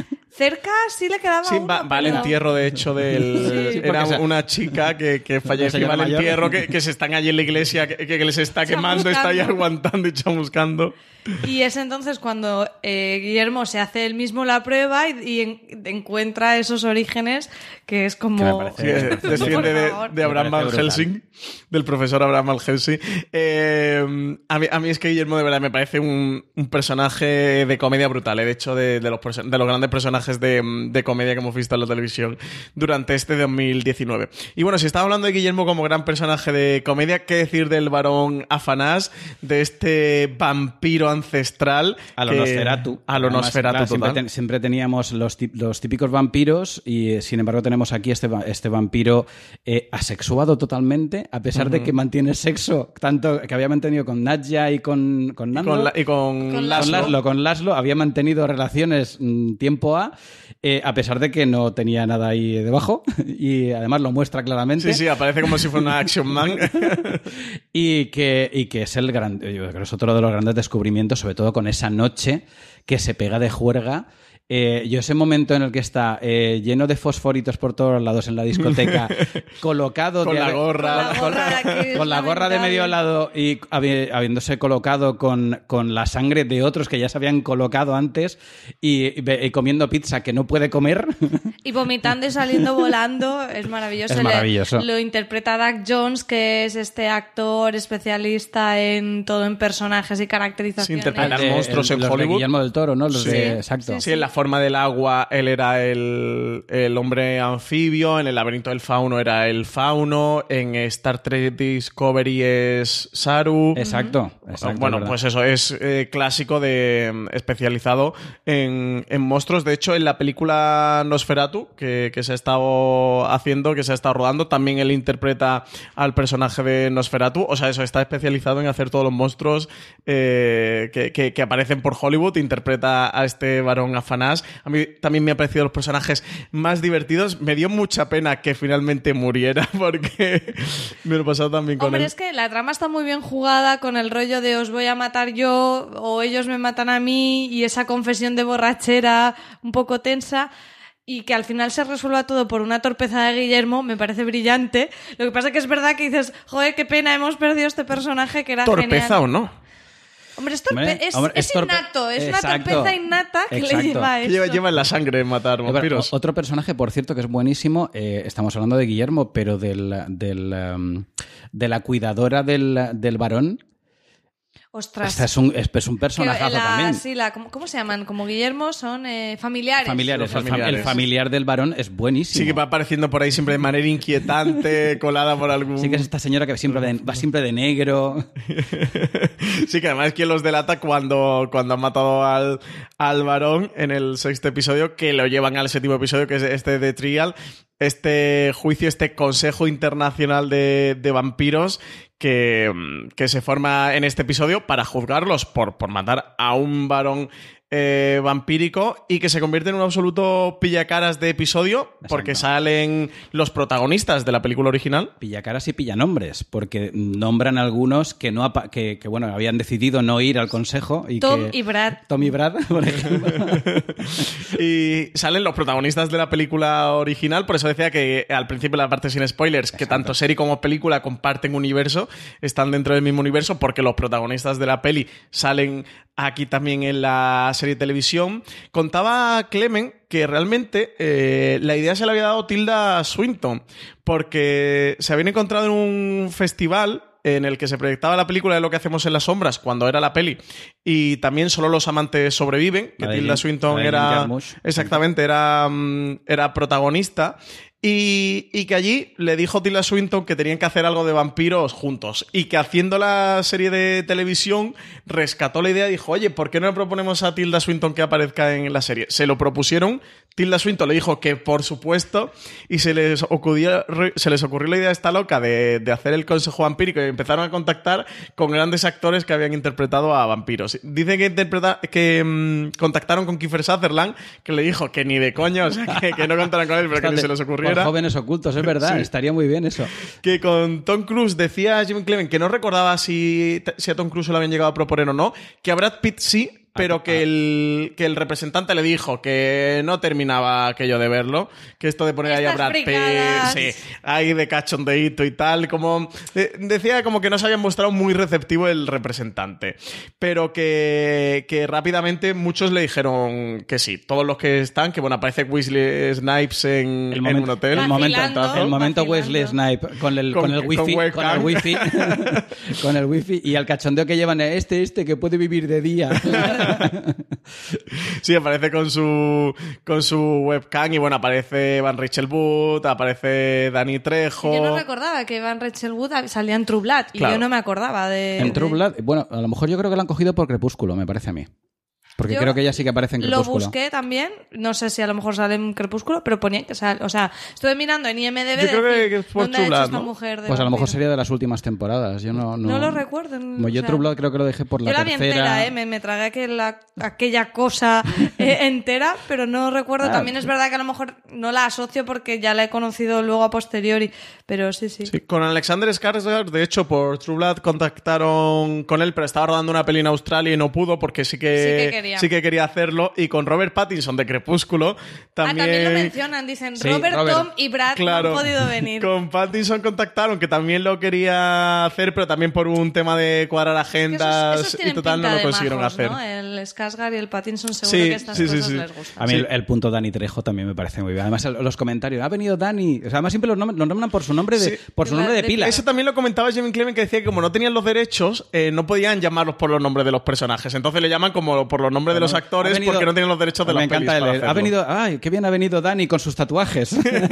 Cerca sí le quedaba
sí,
uno.
Va, va al entierro, de hecho, del... Sí, era sea, una chica que, que falleció, va al entierro, que, que se están allí en la iglesia, que, que les está quemando, está ahí aguantando y chamuscando.
Y es entonces cuando eh, Guillermo se hace él mismo la prueba y, y en, encuentra esos orígenes, que es como...
Que me parece, sí, desciende de, de Abraham Van Helsing, del profesor Abraham Van Helsing. Eh, a, mí, a mí es que Guillermo de verdad me parece un, un personaje de comedia brutal, eh, de hecho de, de, los, de los grandes personajes de, de comedia que hemos visto en la televisión durante este dos mil diecinueve. Y bueno, si estamos hablando de Guillermo como gran personaje de comedia, ¿qué decir del varón Afanás, de este vampiro ancestral?
A lo Nosferatu.
A lo Nosferatu,
claro,
total.
Siempre, ten, siempre teníamos los, los típicos vampiros y, sin embargo, tenemos aquí este, este vampiro eh, asexuado totalmente, a pesar uh-huh. de que mantiene sexo, tanto que había mantenido con Nadja y con, con Nando.
Y con, la, y con,
con
Laszlo.
Laszlo. Con Laszlo había mantenido relaciones mmm, tiempo A, eh, a pesar de que no tenía nada ahí debajo, y además lo muestra claramente.
Sí, sí, aparece como si fuera una Action Man.
y, que, y que es el gran, yo creo que es otro de los grandes descubrimientos, sobre todo con esa noche que se pega de juerga. Eh, yo ese momento en el que está eh, lleno de fosforitos por todos lados en la discoteca, colocado
con,
de,
la gorra,
con la gorra,
con, con la gorra de medio lado y habi, habiéndose colocado con, con la sangre de otros que ya se habían colocado antes y, y, y comiendo pizza que no puede comer.
Y vomitando y saliendo volando, es maravilloso.
Es maravilloso.
Le, lo interpreta Doug Jones, que es este actor especialista en todo, en personajes y caracterizaciones.
Sí, interpretar monstruos
el,
en Hollywood.
De Guillermo del Toro, ¿no? Los
sí.
de, exacto.
Sí, sí, en la forma del agua él era el, el hombre anfibio, en el laberinto del fauno era el fauno, en Star Trek Discovery es Saru.
Exacto. exacto
bueno, pues eso, es eh, clásico de especializado en, en monstruos. De hecho, en la película Nosferatu, que, que se ha estado haciendo, que se ha estado rodando, también él interpreta al personaje de Nosferatu. O sea, eso, está especializado en hacer todos los monstruos eh, que, que, que aparecen por Hollywood. Interpreta a este varón Afanás. A mí también me han parecido los personajes más divertidos. Me dio mucha pena que finalmente muriera porque me lo he pasado también con
Hombre,
él.
es que la trama está muy bien jugada con el rollo de os voy a matar yo o ellos me matan a mí y esa confesión de borrachera un poco tensa. Y que al final se resuelva todo por una torpeza de Guillermo, me parece brillante. Lo que pasa es que es verdad que dices, joder, qué pena, hemos perdido este personaje que era
¿Torpeza
genial.
o no?
Hombre, es, torpe-
Hombre,
es,
hombre,
es,
es torpe-
innato, es
Exacto.
una torpeza innata que
Exacto.
le lleva a eso.
Lleva, lleva en la sangre matar vampiros.
Otro personaje, por cierto, que es buenísimo, eh, estamos hablando de Guillermo, pero del, del, um, de la cuidadora del, del varón.
Ostras.
Este es un, es, es un personajazo
la,
también.
Sí, la, ¿cómo, ¿cómo se llaman? Como Guillermo son eh, familiares.
Familiares.
Los
El,
familiares.
el familiar del varón es buenísimo.
Sí, que va apareciendo por ahí siempre de manera inquietante, colada por algún...
Sí, que es esta señora que siempre de, va siempre de negro.
Sí, que además es quien los delata cuando, cuando han matado al, al varón en el sexto episodio, que lo llevan al séptimo episodio, que es este de Trial, este juicio, este Consejo Internacional de, de Vampiros que, que se forma en este episodio para juzgarlos por, por matar a un varón eh, vampírico, y que se convierte en un absoluto pillacaras de episodio porque salen los protagonistas de la película original.
Pillacaras y pillanombres, porque nombran algunos que no apa- que, que bueno habían decidido no ir al consejo. Y
Tom
que,
y Brad.
Tom y Brad, por ejemplo.
Y salen los protagonistas de la película original, por eso decía que al principio de la parte sin spoilers, que tanto serie como película comparten universo, están dentro del mismo universo, porque los protagonistas de la peli salen aquí también en la serie de televisión. Contaba Clemen que realmente eh, la idea se la había dado Tilda Swinton, porque se habían encontrado en un festival en el que se proyectaba la película de Lo que hacemos en las sombras, cuando era la peli, y también Solo los amantes sobreviven, que Tilda Swinton era... Exactamente, era, era protagonista. Y, y que allí le dijo Tilda Swinton que tenían que hacer algo de vampiros juntos, y que haciendo la serie de televisión rescató la idea y dijo, oye, ¿por qué no le proponemos a Tilda Swinton que aparezca en la serie? Se lo propusieron, Tilda Swinton le dijo que por supuesto, y se les ocurrió, se les ocurrió la idea esta loca de, de hacer el Consejo Vampírico, y empezaron a contactar con grandes actores que habían interpretado a vampiros. Dicen que, interpreta, que mmm, contactaron con Kiefer Sutherland, que le dijo que ni de coño, o sea, que, que no contaran con él, pero que ni se les ocurrió.
Por jóvenes ocultos, es verdad, sí. Estaría muy bien eso.
Que con Tom Cruise decía Jimmy Clement que no recordaba si, si a Tom Cruise lo habían llegado a proponer o no, que a Brad Pitt sí, pero que el, que el representante le dijo que no terminaba aquello de verlo, que esto de poner ahí a Brad Pitt, sí, ahí de cachondeíto y tal, como de, decía como que no se habían mostrado muy receptivo el representante, pero que, que rápidamente muchos le dijeron que sí, todos los que están, que bueno, aparece Wesley Snipes en,
el momento,
en un hotel.
El momento, el momento Wesley Snipes con el, con, con el wifi, con, con el wifi, con el wifi y el cachondeo que llevan este, este que puede vivir de día.
Sí, aparece con su con su webcam, y bueno, aparece Van Rachel Wood, aparece Dani Trejo.
Yo no recordaba que Van Rachel Wood salía en True Blood, y claro, yo no me acordaba de...
En True
de...
Blood, bueno, a lo mejor yo creo que la han cogido por Crepúsculo, me parece a mí. Porque yo creo que ella sí que aparece en Crepúsculo.
Lo busqué también, no sé si a lo mejor sale en Crepúsculo, pero ponía que sale, o sea, estuve mirando en I M D B.
Yo creo
decir,
que es por
¿dónde
True
ha hecho
Blood,
esta
¿no?
mujer de
Pues a lo mejor
vampiro?
sería de las últimas temporadas. Yo no, no,
no lo recuerdo.
Como yo
o sea,
True Blood creo que lo dejé por la
yo la
tercera.
vi entera, ¿eh? me, me tragué aquella, aquella cosa eh, entera, pero no recuerdo.
Ah,
también es verdad que a lo mejor no la asocio porque ya la he conocido luego a posteriori, pero sí, sí.
Sí, con Alexander Skarsgård, de hecho, por True Blood contactaron con él, pero estaba rodando una peli en Australia y no pudo porque sí que,
sí que, quería.
Sí que quería hacerlo. Y con Robert Pattinson de Crepúsculo también...
Ah, también lo mencionan, dicen
sí,
Robert,
Robert,
Tom y Brad
claro,
no han podido venir.
Con Pattinson contactaron, que también lo quería hacer, pero también por un tema de cuadrar agendas
esos, esos
y total no lo consiguieron
majos,
hacer.
¿no? El Skarsgård y el Pattinson seguro
sí,
que estas
sí,
cosas
sí, sí.
les gustan.
A mí
sí.
el, el punto Dani Trejo también me parece muy bien. Además, el, los comentarios, ha venido Dani. O sea, además siempre los nombran, los nombran por su nombre de,
sí.
por su nombre de pila.
Eso también lo comentaba Jimmy Clement, que decía que como no tenían los derechos, eh, no podían llamarlos por los nombres de los personajes. Entonces le llaman como por los nombres bueno, de los actores venido, porque no tienen los derechos de
me
las
encanta
pelis.
El, ha venido, ay, qué bien ha venido Dani con sus tatuajes.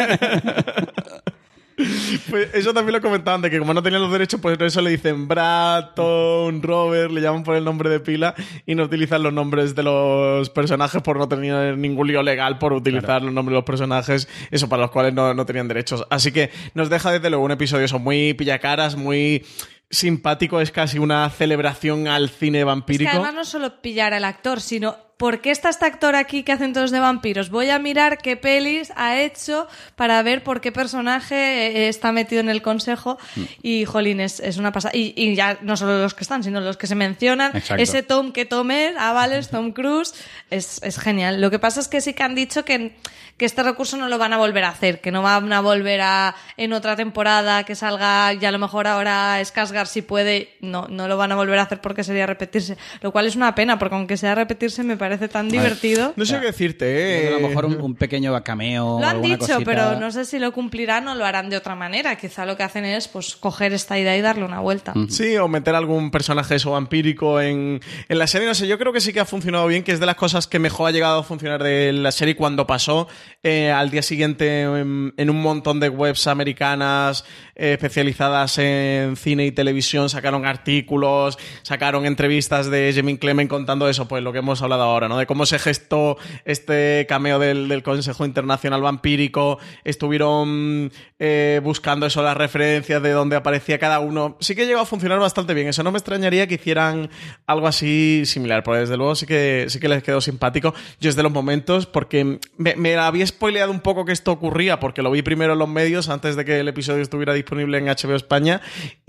Pues eso también lo comentaban, de que como no tenían los derechos, pues por eso le dicen Brad, Tom, Robert, le llaman por el nombre de pila y no utilizan los nombres de los personajes por no tener ningún lío legal por utilizar claro. los nombres de los personajes, eso para los cuales no, no tenían derechos. Así que nos deja desde luego un episodio eso muy pillacaras, muy simpático, es casi una celebración al cine vampírico.
Es que además no solo pillar al actor, sino ¿por qué está este actor aquí que hacen todos de vampiros? Voy a mirar qué pelis ha hecho para ver por qué personaje está metido en el consejo. Mm. Y, jolín, es, es una pasada. Y, y ya no solo los que están, sino los que se mencionan.
Exacto.
Ese Tom que Tomer, ah, vale, es Tom Cruise. Es, es genial. Lo que pasa es que sí que han dicho que, que este recurso no lo van a volver a hacer, que no van a volver a en otra temporada que salga, y a lo mejor ahora Skarsgård si puede. No, no lo van a volver a hacer porque sería repetirse. Lo cual es una pena, porque aunque sea repetirse, me parece parece tan divertido.
No sé
o sea,
qué decirte, ¿eh?
A lo mejor un, un pequeño cameo.
Lo han
alguna
dicho,
cosita.
pero no sé si lo cumplirán o lo harán de otra manera. Quizá lo que hacen es pues coger esta idea y darle una vuelta.
Mm.
Sí, o meter algún personaje eso vampírico en, en la serie. No sé, yo creo que sí que ha funcionado bien, que es de las cosas que mejor ha llegado a funcionar de la serie cuando pasó eh, al día siguiente en, en un montón de webs americanas eh, especializadas en cine y televisión, sacaron artículos, sacaron entrevistas de Jemaine Clement contando eso, pues lo que hemos hablado ahora, ¿no? De cómo se gestó este cameo del, del Consejo Internacional Vampírico, estuvieron eh, buscando eso, las referencias de dónde aparecía cada uno. Sí que llegó a funcionar bastante bien, eso no me extrañaría que hicieran algo así similar, porque desde luego sí que, sí que les quedó simpático. Yo es de los momentos, porque me, me había spoileado un poco que esto ocurría, porque lo vi primero en los medios antes de que el episodio estuviera disponible en H B O España,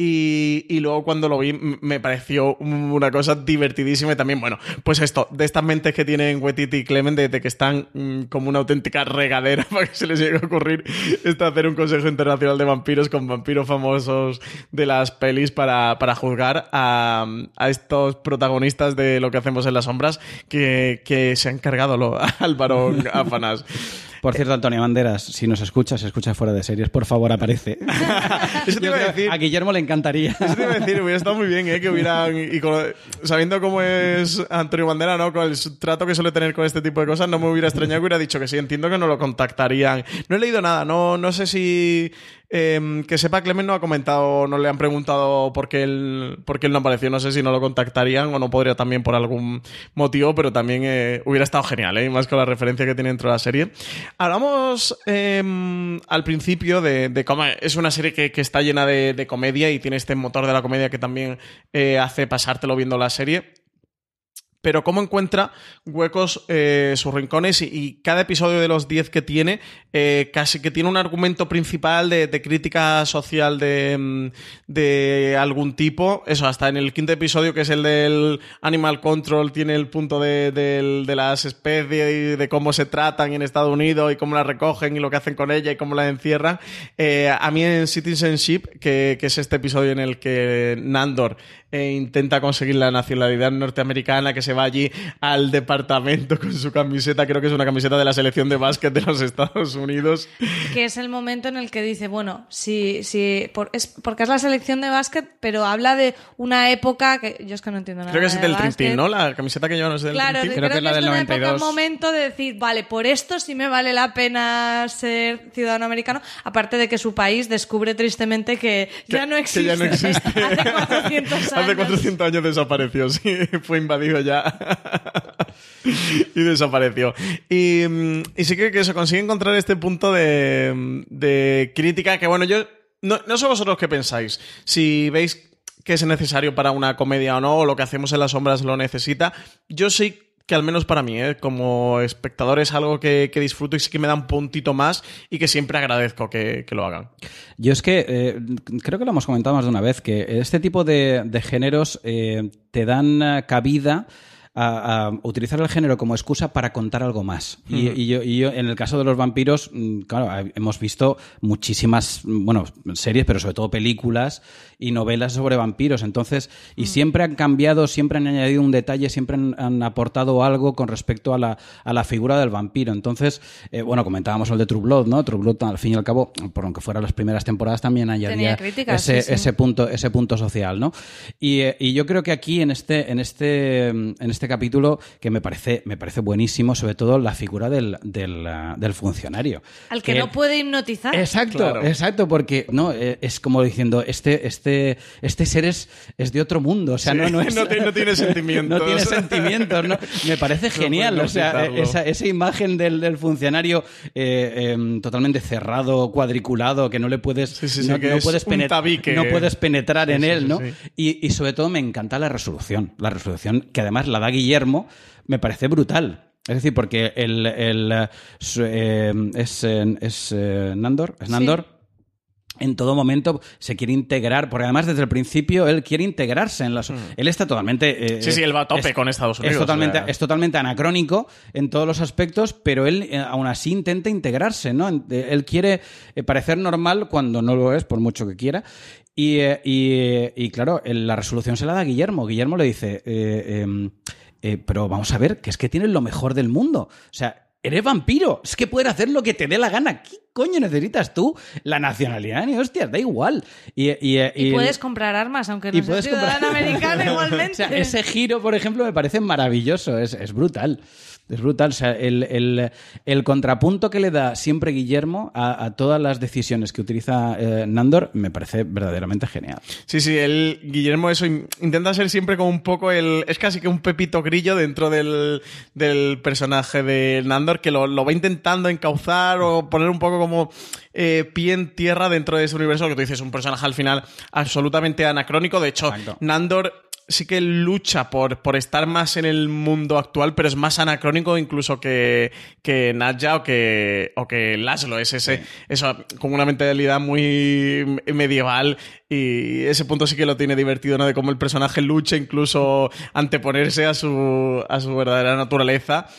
y, y luego cuando lo vi me pareció una cosa divertidísima. Y también, bueno, pues esto, de estas mentes que tienen Waititi y Clement, de, de que están mmm, como una auténtica regadera para que se les llegue a ocurrir esto, hacer un Consejo Internacional de Vampiros con vampiros famosos de las pelis para, para juzgar a, a estos protagonistas de Lo que hacemos en las sombras que, que se han cargado lo, al varón Afanás.
Por cierto, Antonio Banderas, si nos escuchas, escucha Fuera de Series, por favor, aparece.
Eso te iba a decir.
A Guillermo le encantaría.
Eso te iba a decir, hubiera estado muy bien, ¿eh? Que hubieran... Y con, sabiendo cómo es Antonio Banderas, ¿no? Con el trato que suele tener con este tipo de cosas, no me hubiera extrañado que hubiera dicho que sí. Entiendo que no lo contactarían. No he leído nada, no, no sé si... Eh, que sepa, Clement no ha comentado, no le han preguntado por qué él, por qué él no apareció. No sé si no lo contactarían o no podría también por algún motivo, pero también eh, hubiera estado genial, ¿eh? Más con la referencia que tiene dentro de la serie. Hablamos eh, al principio de, de cómo es una serie que, que está llena de, de comedia y tiene este motor de la comedia que también eh, hace pasártelo viendo la serie. Pero cómo encuentra huecos, eh, sus rincones, y, y cada episodio de los diez que tiene, eh, casi que tiene un argumento principal de, de crítica social de, de algún tipo. Eso, hasta en el quinto episodio, que es el del Animal Control, tiene el punto de, de, de las especies y de cómo se tratan en Estados Unidos y cómo las recogen y lo que hacen con ella y cómo las encierran. Eh, a mí en Citizenship, que, que es este episodio en el que Nandor eh, intenta conseguir la nacionalidad norteamericana, que se va allí al departamento con su camiseta, creo que es una camiseta de la selección de básquet de los Estados Unidos.
Que es el momento en el que dice, bueno, sí, sí, por, es porque es la selección de básquet, pero habla de una época que yo es que no entiendo nada.
Creo que es
de
del
básquet.
Trintín, ¿no? La camiseta que llevan es del
claro,
Trintín.
Creo,
creo que es la del
una
noventa y dos.
Época, un momento de decir, vale, por esto sí me vale la pena ser ciudadano americano, aparte de que su país descubre tristemente que, que ya no existe.
Que ya no existe.
Hace cuatrocientos años.
Hace cuatrocientos años desapareció, sí, fue invadido ya. Y desapareció. Y, y sí que, que se consigue encontrar este punto de, de crítica que, bueno, yo... No, no sé vosotros qué pensáis. Si veis que es necesario para una comedia o no, o Lo que hacemos en las sombras lo necesita. Yo sí que, al menos para mí, ¿eh? Como espectador, es algo que, que disfruto y sí que me da un puntito más y que siempre agradezco que, que lo hagan.
Yo es que eh, creo que lo hemos comentado más de una vez, que este tipo de, de géneros eh, te dan cabida A, a utilizar el género como excusa para contar algo más. Mm. Y, y, yo, y yo, en el caso de los vampiros, claro, hemos visto muchísimas, bueno, series, pero sobre todo películas y novelas sobre vampiros. Entonces, y mm. siempre han cambiado, siempre han añadido un detalle, siempre han, han aportado algo con respecto a la, a la figura del vampiro. Entonces, eh, bueno, comentábamos el de True Blood, ¿no? True Blood, al fin y al cabo, por aunque fueran las primeras temporadas, también añadía
críticas,
ese,
sí, sí.
ese punto, ese punto social, ¿no? Y, y yo creo que aquí, en este, en este, en este capítulo, que me parece, me parece buenísimo, sobre todo la figura del, del, uh, del funcionario.
Al que,
que
no puede hipnotizar.
Exacto,
claro.
exacto, porque no eh, es como diciendo, este, este, este ser es, es de otro mundo, o sea,
sí,
no, no, es,
no, te, no tiene sentimientos.
No tiene sentimientos, ¿no? Me parece genial,
no
o sea,
quitarlo.
esa, esa imagen del, del funcionario eh, eh, totalmente cerrado, cuadriculado, que no le puedes,
sí, sí, sí,
no,
que
no
es
puedes,
un
penet-
tabique.
no puedes penetrar
Sí,
en
sí,
él,
sí,
¿no?
sí.
Y, y sobre todo me encanta la resolución, la resolución que además la da Guillermo, me parece brutal. Es decir, porque el, el, eh, su- eh, es, eh, es eh, Nandor, es Nandor.
Sí.
En todo momento se quiere integrar, porque además desde el principio él quiere integrarse en las... Mm. Él está totalmente... Eh,
Sí, sí, él va a tope
es,
con Estados Unidos.
Es totalmente,
o sea.
es totalmente anacrónico en todos los aspectos, pero él eh, aún así intenta integrarse, ¿no? Él quiere eh, parecer normal cuando no lo es, por mucho que quiera. Y, eh, y, y claro, la resolución se la da Guillermo. Guillermo le dice... Eh, eh, eh, pero vamos a ver, que es que tienes lo mejor del mundo. O sea, eres vampiro, es que puedes hacer lo que te dé la gana. ¿Qué coño necesitas tú? La nacionalidad, ni hostias, da igual. Y, y, y,
y puedes el... comprar armas, aunque no seas ciudadano americano igualmente.
O sea, ese giro, por ejemplo, me parece maravilloso, es, es brutal. Es brutal, o sea, el, el, el contrapunto que le da siempre Guillermo a, a todas las decisiones que utiliza eh, Nandor me parece verdaderamente genial.
Sí, sí, el Guillermo eso intenta ser siempre como un poco el... Es casi que un Pepito Grillo dentro del, del personaje de Nandor, que lo, lo va intentando encauzar o poner un poco como eh, pie en tierra dentro de ese universo, que tú dices, un personaje al final absolutamente anacrónico. De hecho, Exacto. Nandor... sí que lucha por, por estar más en el mundo actual, pero es más anacrónico incluso que, que Nadja o que, o que Laszlo. Es ese, sí. Eso, con una mentalidad muy medieval, y ese punto sí que lo tiene divertido, ¿no? De cómo el personaje lucha incluso anteponerse a su, a su verdadera naturaleza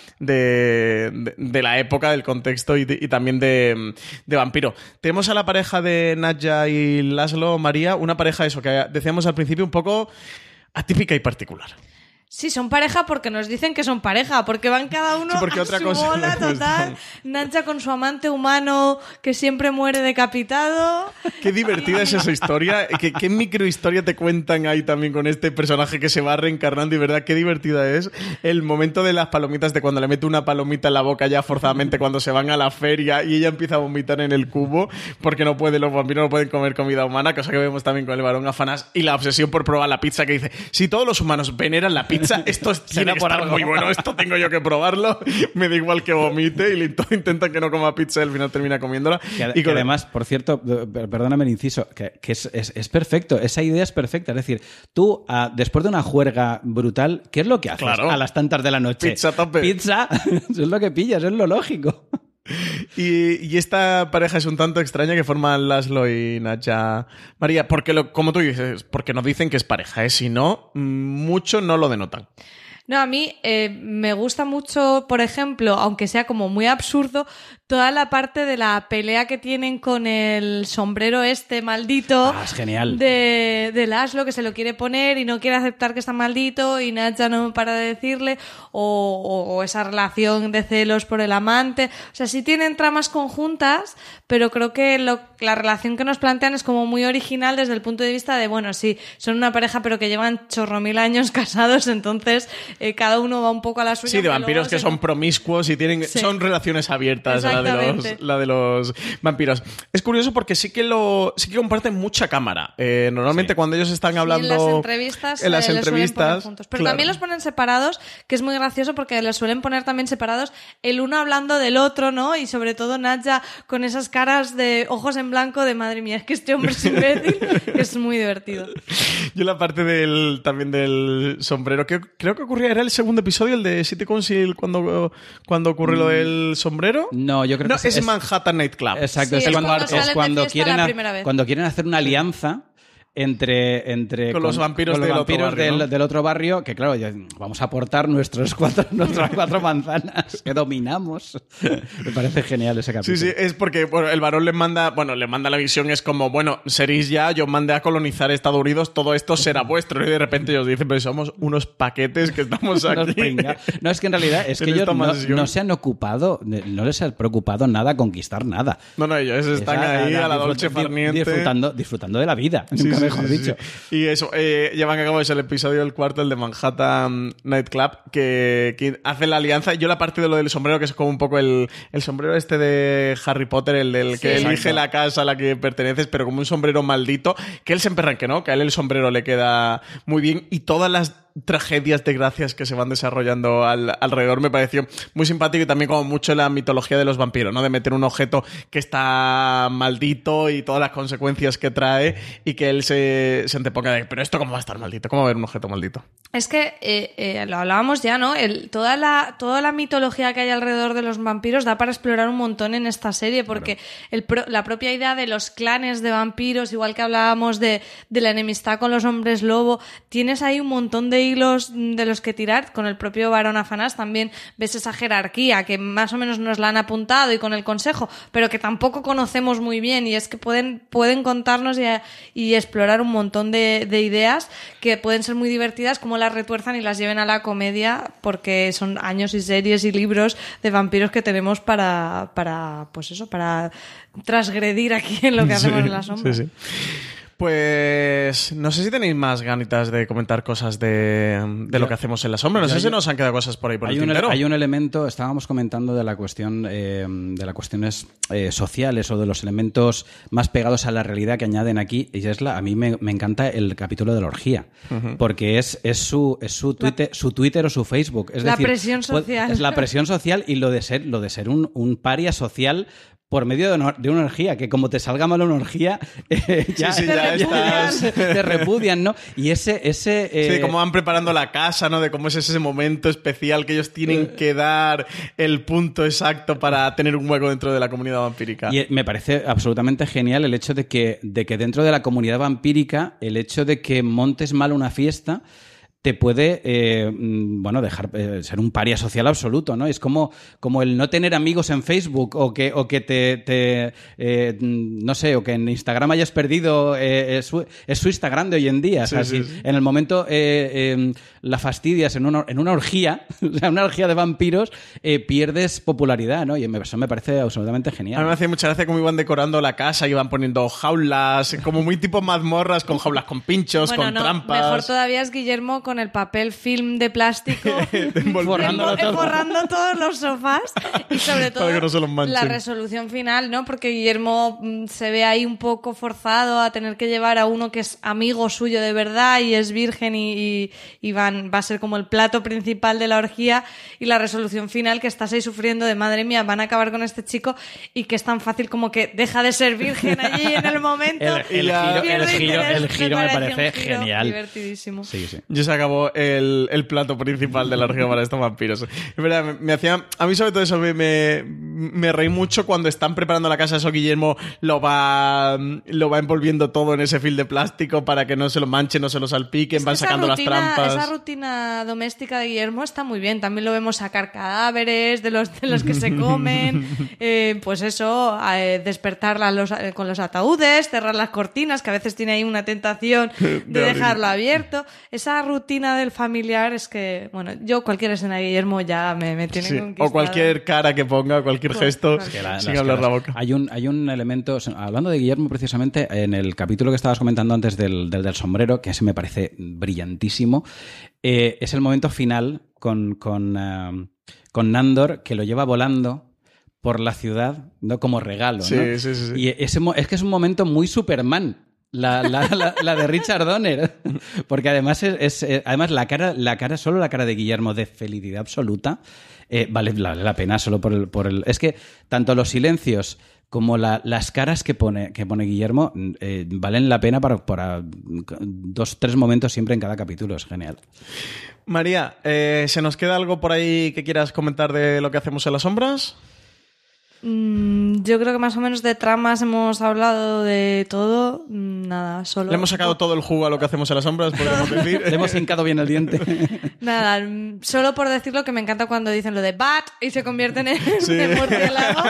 de, de, de la época, del contexto y, de, y también de, de vampiro. Tenemos a la pareja de Nadja y Laszlo, María, una pareja, eso, que decíamos al principio, un poco atípica y particular.
Sí, son pareja porque nos dicen que son pareja, porque van cada uno sí, a otra su cosa bola no total. Nadja con su amante humano que siempre muere decapitado.
Qué divertida es esa historia. ¿Qué, qué microhistoria te cuentan ahí también con este personaje que se va reencarnando? Y verdad, qué divertida es el momento de las palomitas, de cuando le mete una palomita en la boca ya forzadamente cuando se van a la feria y ella empieza a vomitar en el cubo porque no puede, los vampiros no pueden comer comida humana, cosa que vemos también con el varón Afanás, y la obsesión por probar la pizza, que dice, si todos los humanos veneran la pizza, esto tiene que estar muy bueno, esto tengo yo que probarlo, me da igual que vomite, y le intenta que no coma pizza y al final termina comiéndola.
Que,
y
que además, por cierto, perdóname el inciso, que, que es, es, es perfecto, esa idea es perfecta. Es decir, tú, uh, después de una juerga brutal, ¿qué es lo que haces
claro.
a las tantas de la noche?
Pizza tope.
Pizza, eso es lo que pillas, es lo lógico.
Y, y esta pareja es un tanto extraña que forman Laszlo y Nadja, María, porque lo, como tú dices, porque nos dicen que es pareja, ¿eh? Si no, mucho no lo denotan.
No, a mí eh, me gusta mucho, por ejemplo, aunque sea como muy absurdo, toda la parte de la pelea que tienen con el sombrero este maldito.
Ah, es genial.
De, de Laszlo, que se lo quiere poner y no quiere aceptar que está maldito y Nadja no para de decirle, o, o, o esa relación de celos por el amante. O sea, sí tienen tramas conjuntas, pero creo que lo, la relación que nos plantean es como muy original desde el punto de vista de, bueno, sí, son una pareja pero que llevan chorro mil años casados, entonces eh, cada uno va un poco a la suya.
Sí, de vampiros que se... son promiscuos y tienen sí. son relaciones abiertas. La de, los, la de los vampiros. Es curioso porque sí que lo sí que comparten mucha cámara. Eh, normalmente sí. cuando ellos están hablando...
Sí, en las entrevistas,
en las
eh,
entrevistas
juntos. Pero
claro.
también los ponen separados, que es muy gracioso porque los suelen poner también separados, el uno hablando del otro, ¿no? Y sobre todo Nadja con esas caras de ojos en blanco de madre mía, es que este hombre es imbécil, que es muy divertido.
Yo la parte del también del sombrero, que creo que ocurría, era el segundo episodio, el de City Council, cuando, cuando ocurre mm. lo del sombrero.
No, yo creo
no,
que
es, es Manhattan Nightclub.
Exacto,
sí,
es, cuando,
cuando,
es cuando, quieren
a,
cuando quieren hacer una alianza entre, entre
con, con los vampiros,
con los
del,
vampiros
otro barrio,
del,
¿no?
del otro barrio, que claro, ya, vamos a aportar nuestros cuatro, nuestras cuatro manzanas que dominamos. Me parece genial ese capítulo.
Sí, sí, es porque bueno, el varón les manda, bueno, le manda la visión, es como, bueno, seréis ya, yo mandé a colonizar Estados Unidos, todo esto será vuestro, y de repente ellos dicen, pero somos unos paquetes que estamos aquí.
No, es que en realidad es que ellos no, no se han ocupado, no les ha preocupado nada conquistar nada.
No, no, ellos están Esa, ahí la, a la dolce farniente.
Disfrutando, disfrutando de la vida,
sí,
nunca
sí,
mejor
sí,
dicho.
Sí. Y eso, eh, llevan a cabo es el episodio del cuarto, el de Manhattan Nightclub, que, que hace la alianza. Yo la parte de lo del sombrero, que es como un poco el, el sombrero este de Harry Potter, el del sí, que exacto. elige la casa a la que perteneces, pero como un sombrero maldito, que él se emperra en que no, que a él el sombrero le queda muy bien, y todas las tragedias, desgracias que se van desarrollando al, alrededor me pareció muy simpático, y también como mucho la mitología de los vampiros, ¿no? De meter un objeto que está maldito y todas las consecuencias que trae, y que él se, se anteponga de, pero esto cómo va a estar maldito, cómo va a haber un objeto maldito.
Es que eh, eh, lo hablábamos ya, ¿no? El, toda, la, toda la mitología que hay alrededor de los vampiros da para explorar un montón en esta serie, porque claro. el pro, la propia idea de los clanes de vampiros, igual que hablábamos de, de la enemistad con los hombres lobo, tienes ahí un montón de hilos de los que tirar. Con el propio Barón Afanás también ves esa jerarquía que más o menos nos la han apuntado y con el consejo, pero que tampoco conocemos muy bien, y es que pueden, pueden contarnos y, y explorar un montón de, de ideas que pueden ser muy divertidas, como las retuerzan y las lleven a la comedia, porque son años y series y libros de vampiros que tenemos para, para pues eso, para transgredir aquí en lo que hacemos
sí,
en la sombra.
Sí, sí. Pues no sé si tenéis más ganitas de comentar cosas de, de
yo,
lo que hacemos en la sombra. No sé si nos han quedado cosas por ahí por
hay
el
un,
tintero.
Hay un elemento, estábamos comentando de la cuestión eh, de las cuestiones eh, sociales o de los elementos más pegados a la realidad que añaden aquí, y es la, a mí me, me encanta el capítulo de la orgía, uh-huh. porque es, es, su, es su, Twitter, la, su Twitter o su Facebook. Es
la
decir,
presión social.
Es la presión social y lo de ser, lo de ser un, un paria social por medio de una, de una orgía, que como te salga mal una orgía, eh, ya,
sí, sí, ya estás...
te repudian, ¿no? Y ese... ese eh...
Sí, cómo van preparando la casa, ¿no? De cómo es ese momento especial que ellos tienen que dar el punto exacto para tener un hueco dentro de la comunidad vampírica.
Y me parece absolutamente genial el hecho de que, de que dentro de la comunidad vampírica, el hecho de que montes mal una fiesta te puede, eh, bueno, dejar eh, ser un paria social absoluto, ¿no? Es como, como el no tener amigos en Facebook o que, o que te, te eh, no sé, o que en Instagram hayas perdido, eh, es, su, es su Instagram de hoy en día. Sí, o sea, sí, si sí. En el momento eh, eh, la fastidias en una, en una orgía, o sea, una orgía de vampiros, eh, pierdes popularidad, ¿no? Y eso me parece absolutamente genial.
A mí me hacía mucha gracia cómo iban decorando la casa, iban poniendo jaulas, como muy tipo mazmorras, con jaulas con pinchos,
bueno,
con
no,
trampas.
Mejor todavía es Guillermo con el papel film de plástico
forrando,
todo. forrando todos los sofás y sobre todo
no se los
la resolución final, ¿no? Porque Guillermo se ve ahí un poco forzado a tener que llevar a uno que es amigo suyo de verdad y es virgen y, y, y van, va a ser como el plato principal de la orgía, y la resolución final que estás ahí sufriendo de madre mía, van a acabar con este chico, y que es tan fácil como que deja de ser virgen allí en el momento.
el, el giro, el giro, el giro me, me parece
giro
genial.
Divertidísimo.
Sí, sí.
Yo se acabó el, el plato principal de la orgía para estos vampiros. Es verdad, me, me hacía... A mí sobre todo eso me, me, me reí mucho cuando están preparando la casa. Eso Guillermo lo va lo va envolviendo todo en ese film de plástico para que no se lo manchen, no se lo salpiquen, es van sacando rutina, las trampas.
Esa rutina doméstica de Guillermo está muy bien. También lo vemos sacar cadáveres de los, de los que se comen. eh, pues eso, eh, despertar los, eh, con los ataúdes, cerrar las cortinas, que a veces tiene ahí una tentación de, de dejarlo abierto. Esa rutina del familiar es que, bueno, yo cualquier escena de Guillermo ya me, me tiene
sí.
conquistado.
O cualquier cara que ponga, cualquier pues, gesto,
claro.
que la, sin hablar la boca.
Hay un, hay un elemento, hablando de Guillermo precisamente, en el capítulo que estabas comentando antes del, del, del sombrero, que ese me parece brillantísimo, eh, es el momento final con, con, uh, con Nandor, que lo lleva volando por la ciudad, ¿no? Como regalo,
sí,
¿no?
Sí, sí, sí.
Y ese, es que es un momento muy Superman. La, la, la, la de Richard Donner, porque además es, es además la cara, la cara, solo la cara de Guillermo de felicidad absoluta, eh, vale, vale la pena solo por el, por el. Es que tanto los silencios como la, las caras que pone, que pone Guillermo eh, valen la pena para, para dos, tres momentos siempre en cada capítulo. Es genial.
María, eh, ¿se nos queda algo por ahí que quieras comentar de lo que hacemos en las sombras?
Mm, yo creo que más o menos de tramas hemos hablado de todo. Nada, solo...
Le hemos sacado todo el jugo a lo que hacemos en las sombras, podemos decir.
Le hemos hincado bien el diente.
Nada, solo por decirlo, que me encanta cuando dicen lo de bat y se convierten en sí. de murciélago.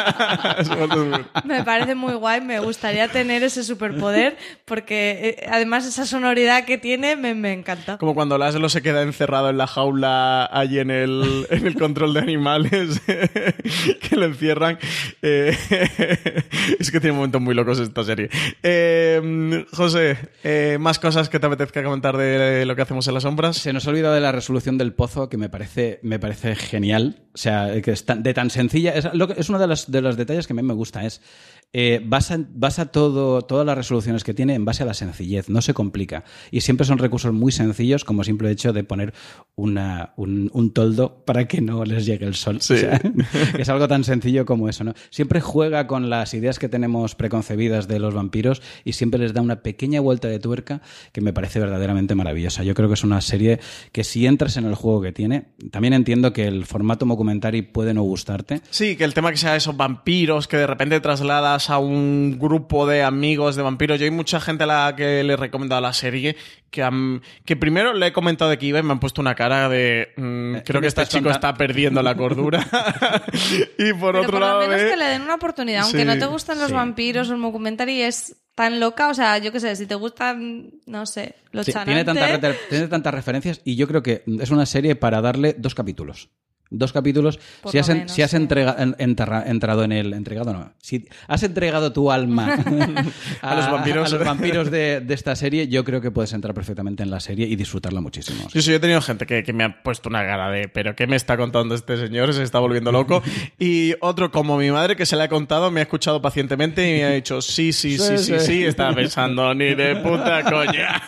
Me parece muy guay, me gustaría tener ese superpoder, porque eh, además esa sonoridad que tiene me, me encanta.
Como cuando Laszlo se queda encerrado en la jaula allí en el, en el control de animales, que lo encierran. Eh, es que tiene momentos muy locos esta serie. Eh, José, eh, ¿más cosas que te apetezca comentar de lo que hacemos en las sombras?
Se nos ha olvidado de la resolución del pozo, que me parece, me parece genial. O sea, que es tan, de tan sencilla. Es, lo, es uno de los, de los detalles que a mí me gusta. Es eh, basa, basa todo, todas las resoluciones que tiene en base a la sencillez. No se complica. Y siempre son recursos muy sencillos, como simple hecho de poner una, un, un toldo para que no les llegue el sol.
Sí.
O sea, es algo tan sencillo como eso, ¿no? Siempre juega con las ideas que tenemos preconcebidas de los vampiros y siempre les da una pequeña vuelta de tuerca que me parece verdaderamente maravillosa. Yo creo que es una serie que, si entras en el juego que tiene, también entiendo que el formato mockumentary puede no gustarte.
Sí, que el tema que sea esos vampiros que de repente trasladas recomiendas a un grupo de amigos de vampiros, yo hay mucha gente a la que le he recomendado la serie que, um, que primero le he comentado de que iba y me han puesto una cara de mmm, eh, creo que este chico está perdiendo la cordura. Y por
Pero
otro
por
lado
lo menos
de...
que le den una oportunidad, aunque
sí,
no te gustan los
sí.
vampiros, el documentary es tan loca, o sea, yo qué sé, si te gustan, no sé, los
Sí,
chanantes...
tiene, tantas reter- tiene tantas referencias y yo creo que es una serie para darle dos capítulos. Dos capítulos.
Por
Si
lo
has, en-
menos,
si has
sí.
entrega- en- enterra- entrado en el... Entregado no. Si has entregado tu alma
A los vampiros.
a los vampiros de, de esta serie, yo creo que puedes entrar perfectamente en la serie y disfrutarla muchísimo.
Sí, sí, yo he tenido gente que, que me ha puesto una cara de ¿pero qué me está contando este señor? Se está volviendo loco. Y otro, como mi madre, que se le ha contado, me ha escuchado pacientemente y me ha dicho sí, sí, sí, sí, sí, sí. Estaba pensando, ni de puta coña.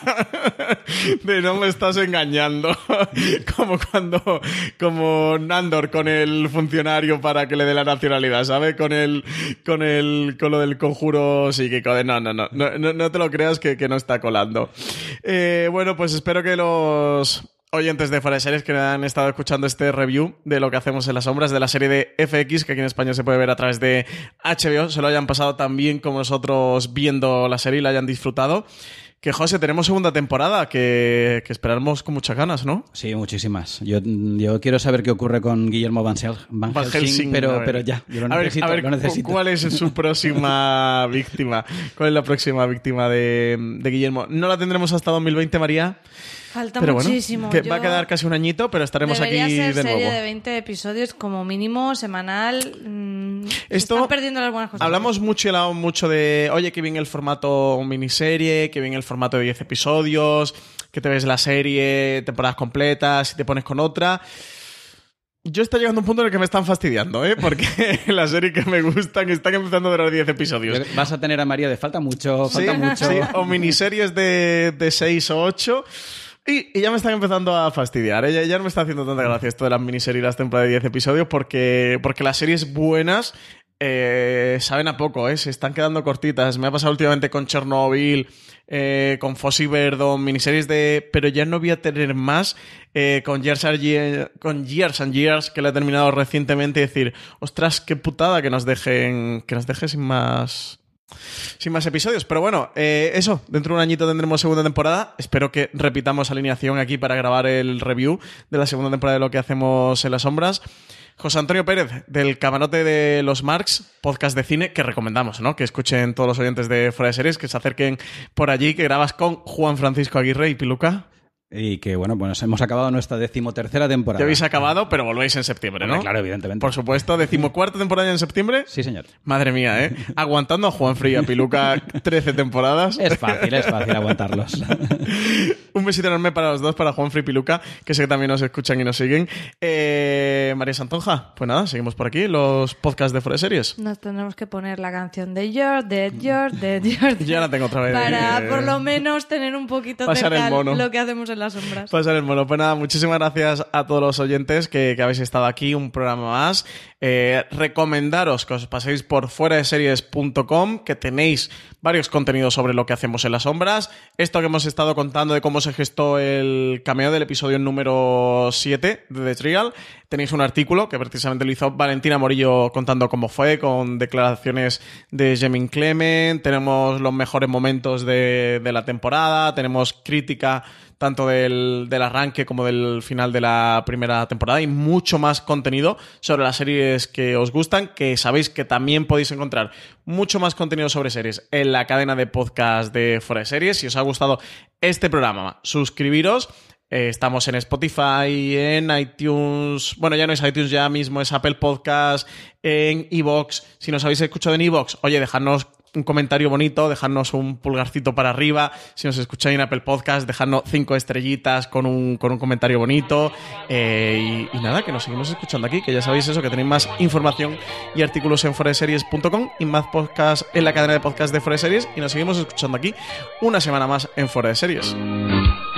De no me estás engañando. Como cuando... Como Nandor con el funcionario para que le dé la nacionalidad, ¿sabes? Con el... Con el... Con lo del conjuro psíquico. De no, no, no. No, no, no te lo creas que, que no está colando. Eh, bueno, pues espero que los... oyentes de Fuera de Series que han estado escuchando este review de lo que hacemos en las sombras de la serie de F X, que aquí en España se puede ver a través de H B O, se lo hayan pasado tan bien como nosotros viendo la serie y la hayan disfrutado. Que, José, tenemos segunda temporada que, que esperamos con muchas ganas, ¿no?
Sí, muchísimas. Yo, yo quiero saber qué ocurre con Guillermo Van, Hel- Van
Van
Helsing,
Helsing, a
pero,
ver.
pero ya, yo lo
a ver,
necesito,
a ver,
lo necesito.
¿cuál es su próxima víctima? ¿Cuál es la próxima víctima de, de Guillermo? No la tendremos hasta dos mil veinte, María.
Falta
Pero bueno,
muchísimo.
que
Yo-
va a quedar casi un añito, pero estaremos
Debería
aquí
ser
de
serie
nuevo.
de veinte episodios como mínimo, semanal. Mm, se
Esto-
están perdiendo las buenas cosas.
Hablamos mucho y hablamos mucho de, oye, que bien el formato miniserie, que bien el formato de diez episodios, que te ves la serie, temporadas completas y te pones con otra. Yo está llegando a un punto en el que me están fastidiando, ¿eh? Porque las series que me gustan están empezando a durar diez episodios.
Vas a tener a María de falta mucho, falta
Sí,
mucho.
sí, o miniseries de, de seis o ocho. Y, y ya me están empezando a fastidiar. ¿eh? Ya, ya no me está haciendo tanta gracia esto de las miniseries y las temporadas de diez episodios porque, porque las series buenas eh, saben a poco, ¿eh? Se están quedando cortitas. Me ha pasado últimamente con Chernobyl, eh, con Fossey Verdon, miniseries de... Pero ya no voy a tener más eh, con, Years and Years, con Years and Years, que la he terminado recientemente, y decir, ostras, qué putada que nos dejen, que nos dejen sin más... Sin más episodios, pero bueno, eh, eso, dentro de un añito tendremos segunda temporada. Espero que repitamos alineación aquí para grabar el review de la segunda temporada de lo que hacemos en las sombras. José Antonio Pérez, del Camarote de los Marx, podcast de cine que recomendamos, ¿no? Que escuchen todos los oyentes de Fuera de Series, que se acerquen por allí, que grabas con Juan Francisco Aguirre y Piluca.
Y que, bueno, pues hemos acabado nuestra decimotercera temporada.
Ya habéis acabado, pero volvéis en septiembre, ¿no?
Hombre, claro, evidentemente.
Por supuesto, decimocuarta temporada ya en septiembre.
Sí, señor.
Madre mía, ¿eh? Aguantando a Juan Fría Piluca trece temporadas.
Es fácil, es fácil aguantarlos.
Un besito enorme para los dos, para Juan Fría y Piluca, que sé que también nos escuchan y nos siguen. Eh, María Santonja, pues nada, seguimos por aquí, los podcasts de Fuera de Series.
Nos tendremos que poner la canción de You're Dead, You're Dead, You're Dead.
Ya la tengo otra vez.
Para
Eh,
por lo menos tener un poquito
pasar el
cerca
mono.
lo que hacemos en las sombras.
Pasar el mono. Pues nada, muchísimas gracias a todos los oyentes que, que habéis estado aquí, un programa más. Eh, recomendaros que os paséis por fuera de series punto com, que tenéis varios contenidos sobre lo que hacemos en las sombras. Esto que hemos estado contando de cómo se gestó el cameo del episodio número siete de The Trial. Tenéis un artículo que precisamente lo hizo Valentina Morillo contando cómo fue, con declaraciones de Jemin Clement. Tenemos los mejores momentos de, de la temporada. Tenemos crítica tanto del, del arranque como del final de la primera temporada y mucho más contenido sobre las series que os gustan, que sabéis que también podéis encontrar mucho más contenido sobre series en la cadena de podcast de Fuera de Series. Si os ha gustado este programa, suscribiros. Eh, estamos en Spotify, en iTunes, bueno, ya no es iTunes, ya mismo es Apple Podcast, en iVoox. Si nos habéis escuchado en iVoox, oye, dejadnos un comentario bonito, dejadnos un pulgarcito para arriba. Si nos escucháis en Apple Podcast, dejadnos cinco estrellitas con un, con un comentario bonito. Eh, y, y nada, que nos seguimos escuchando aquí, que ya sabéis eso, que tenéis más información y artículos en fuera de series punto com y más podcast en la cadena de podcast de Fuera de Series. Y nos seguimos escuchando aquí una semana más en Fuera de Series.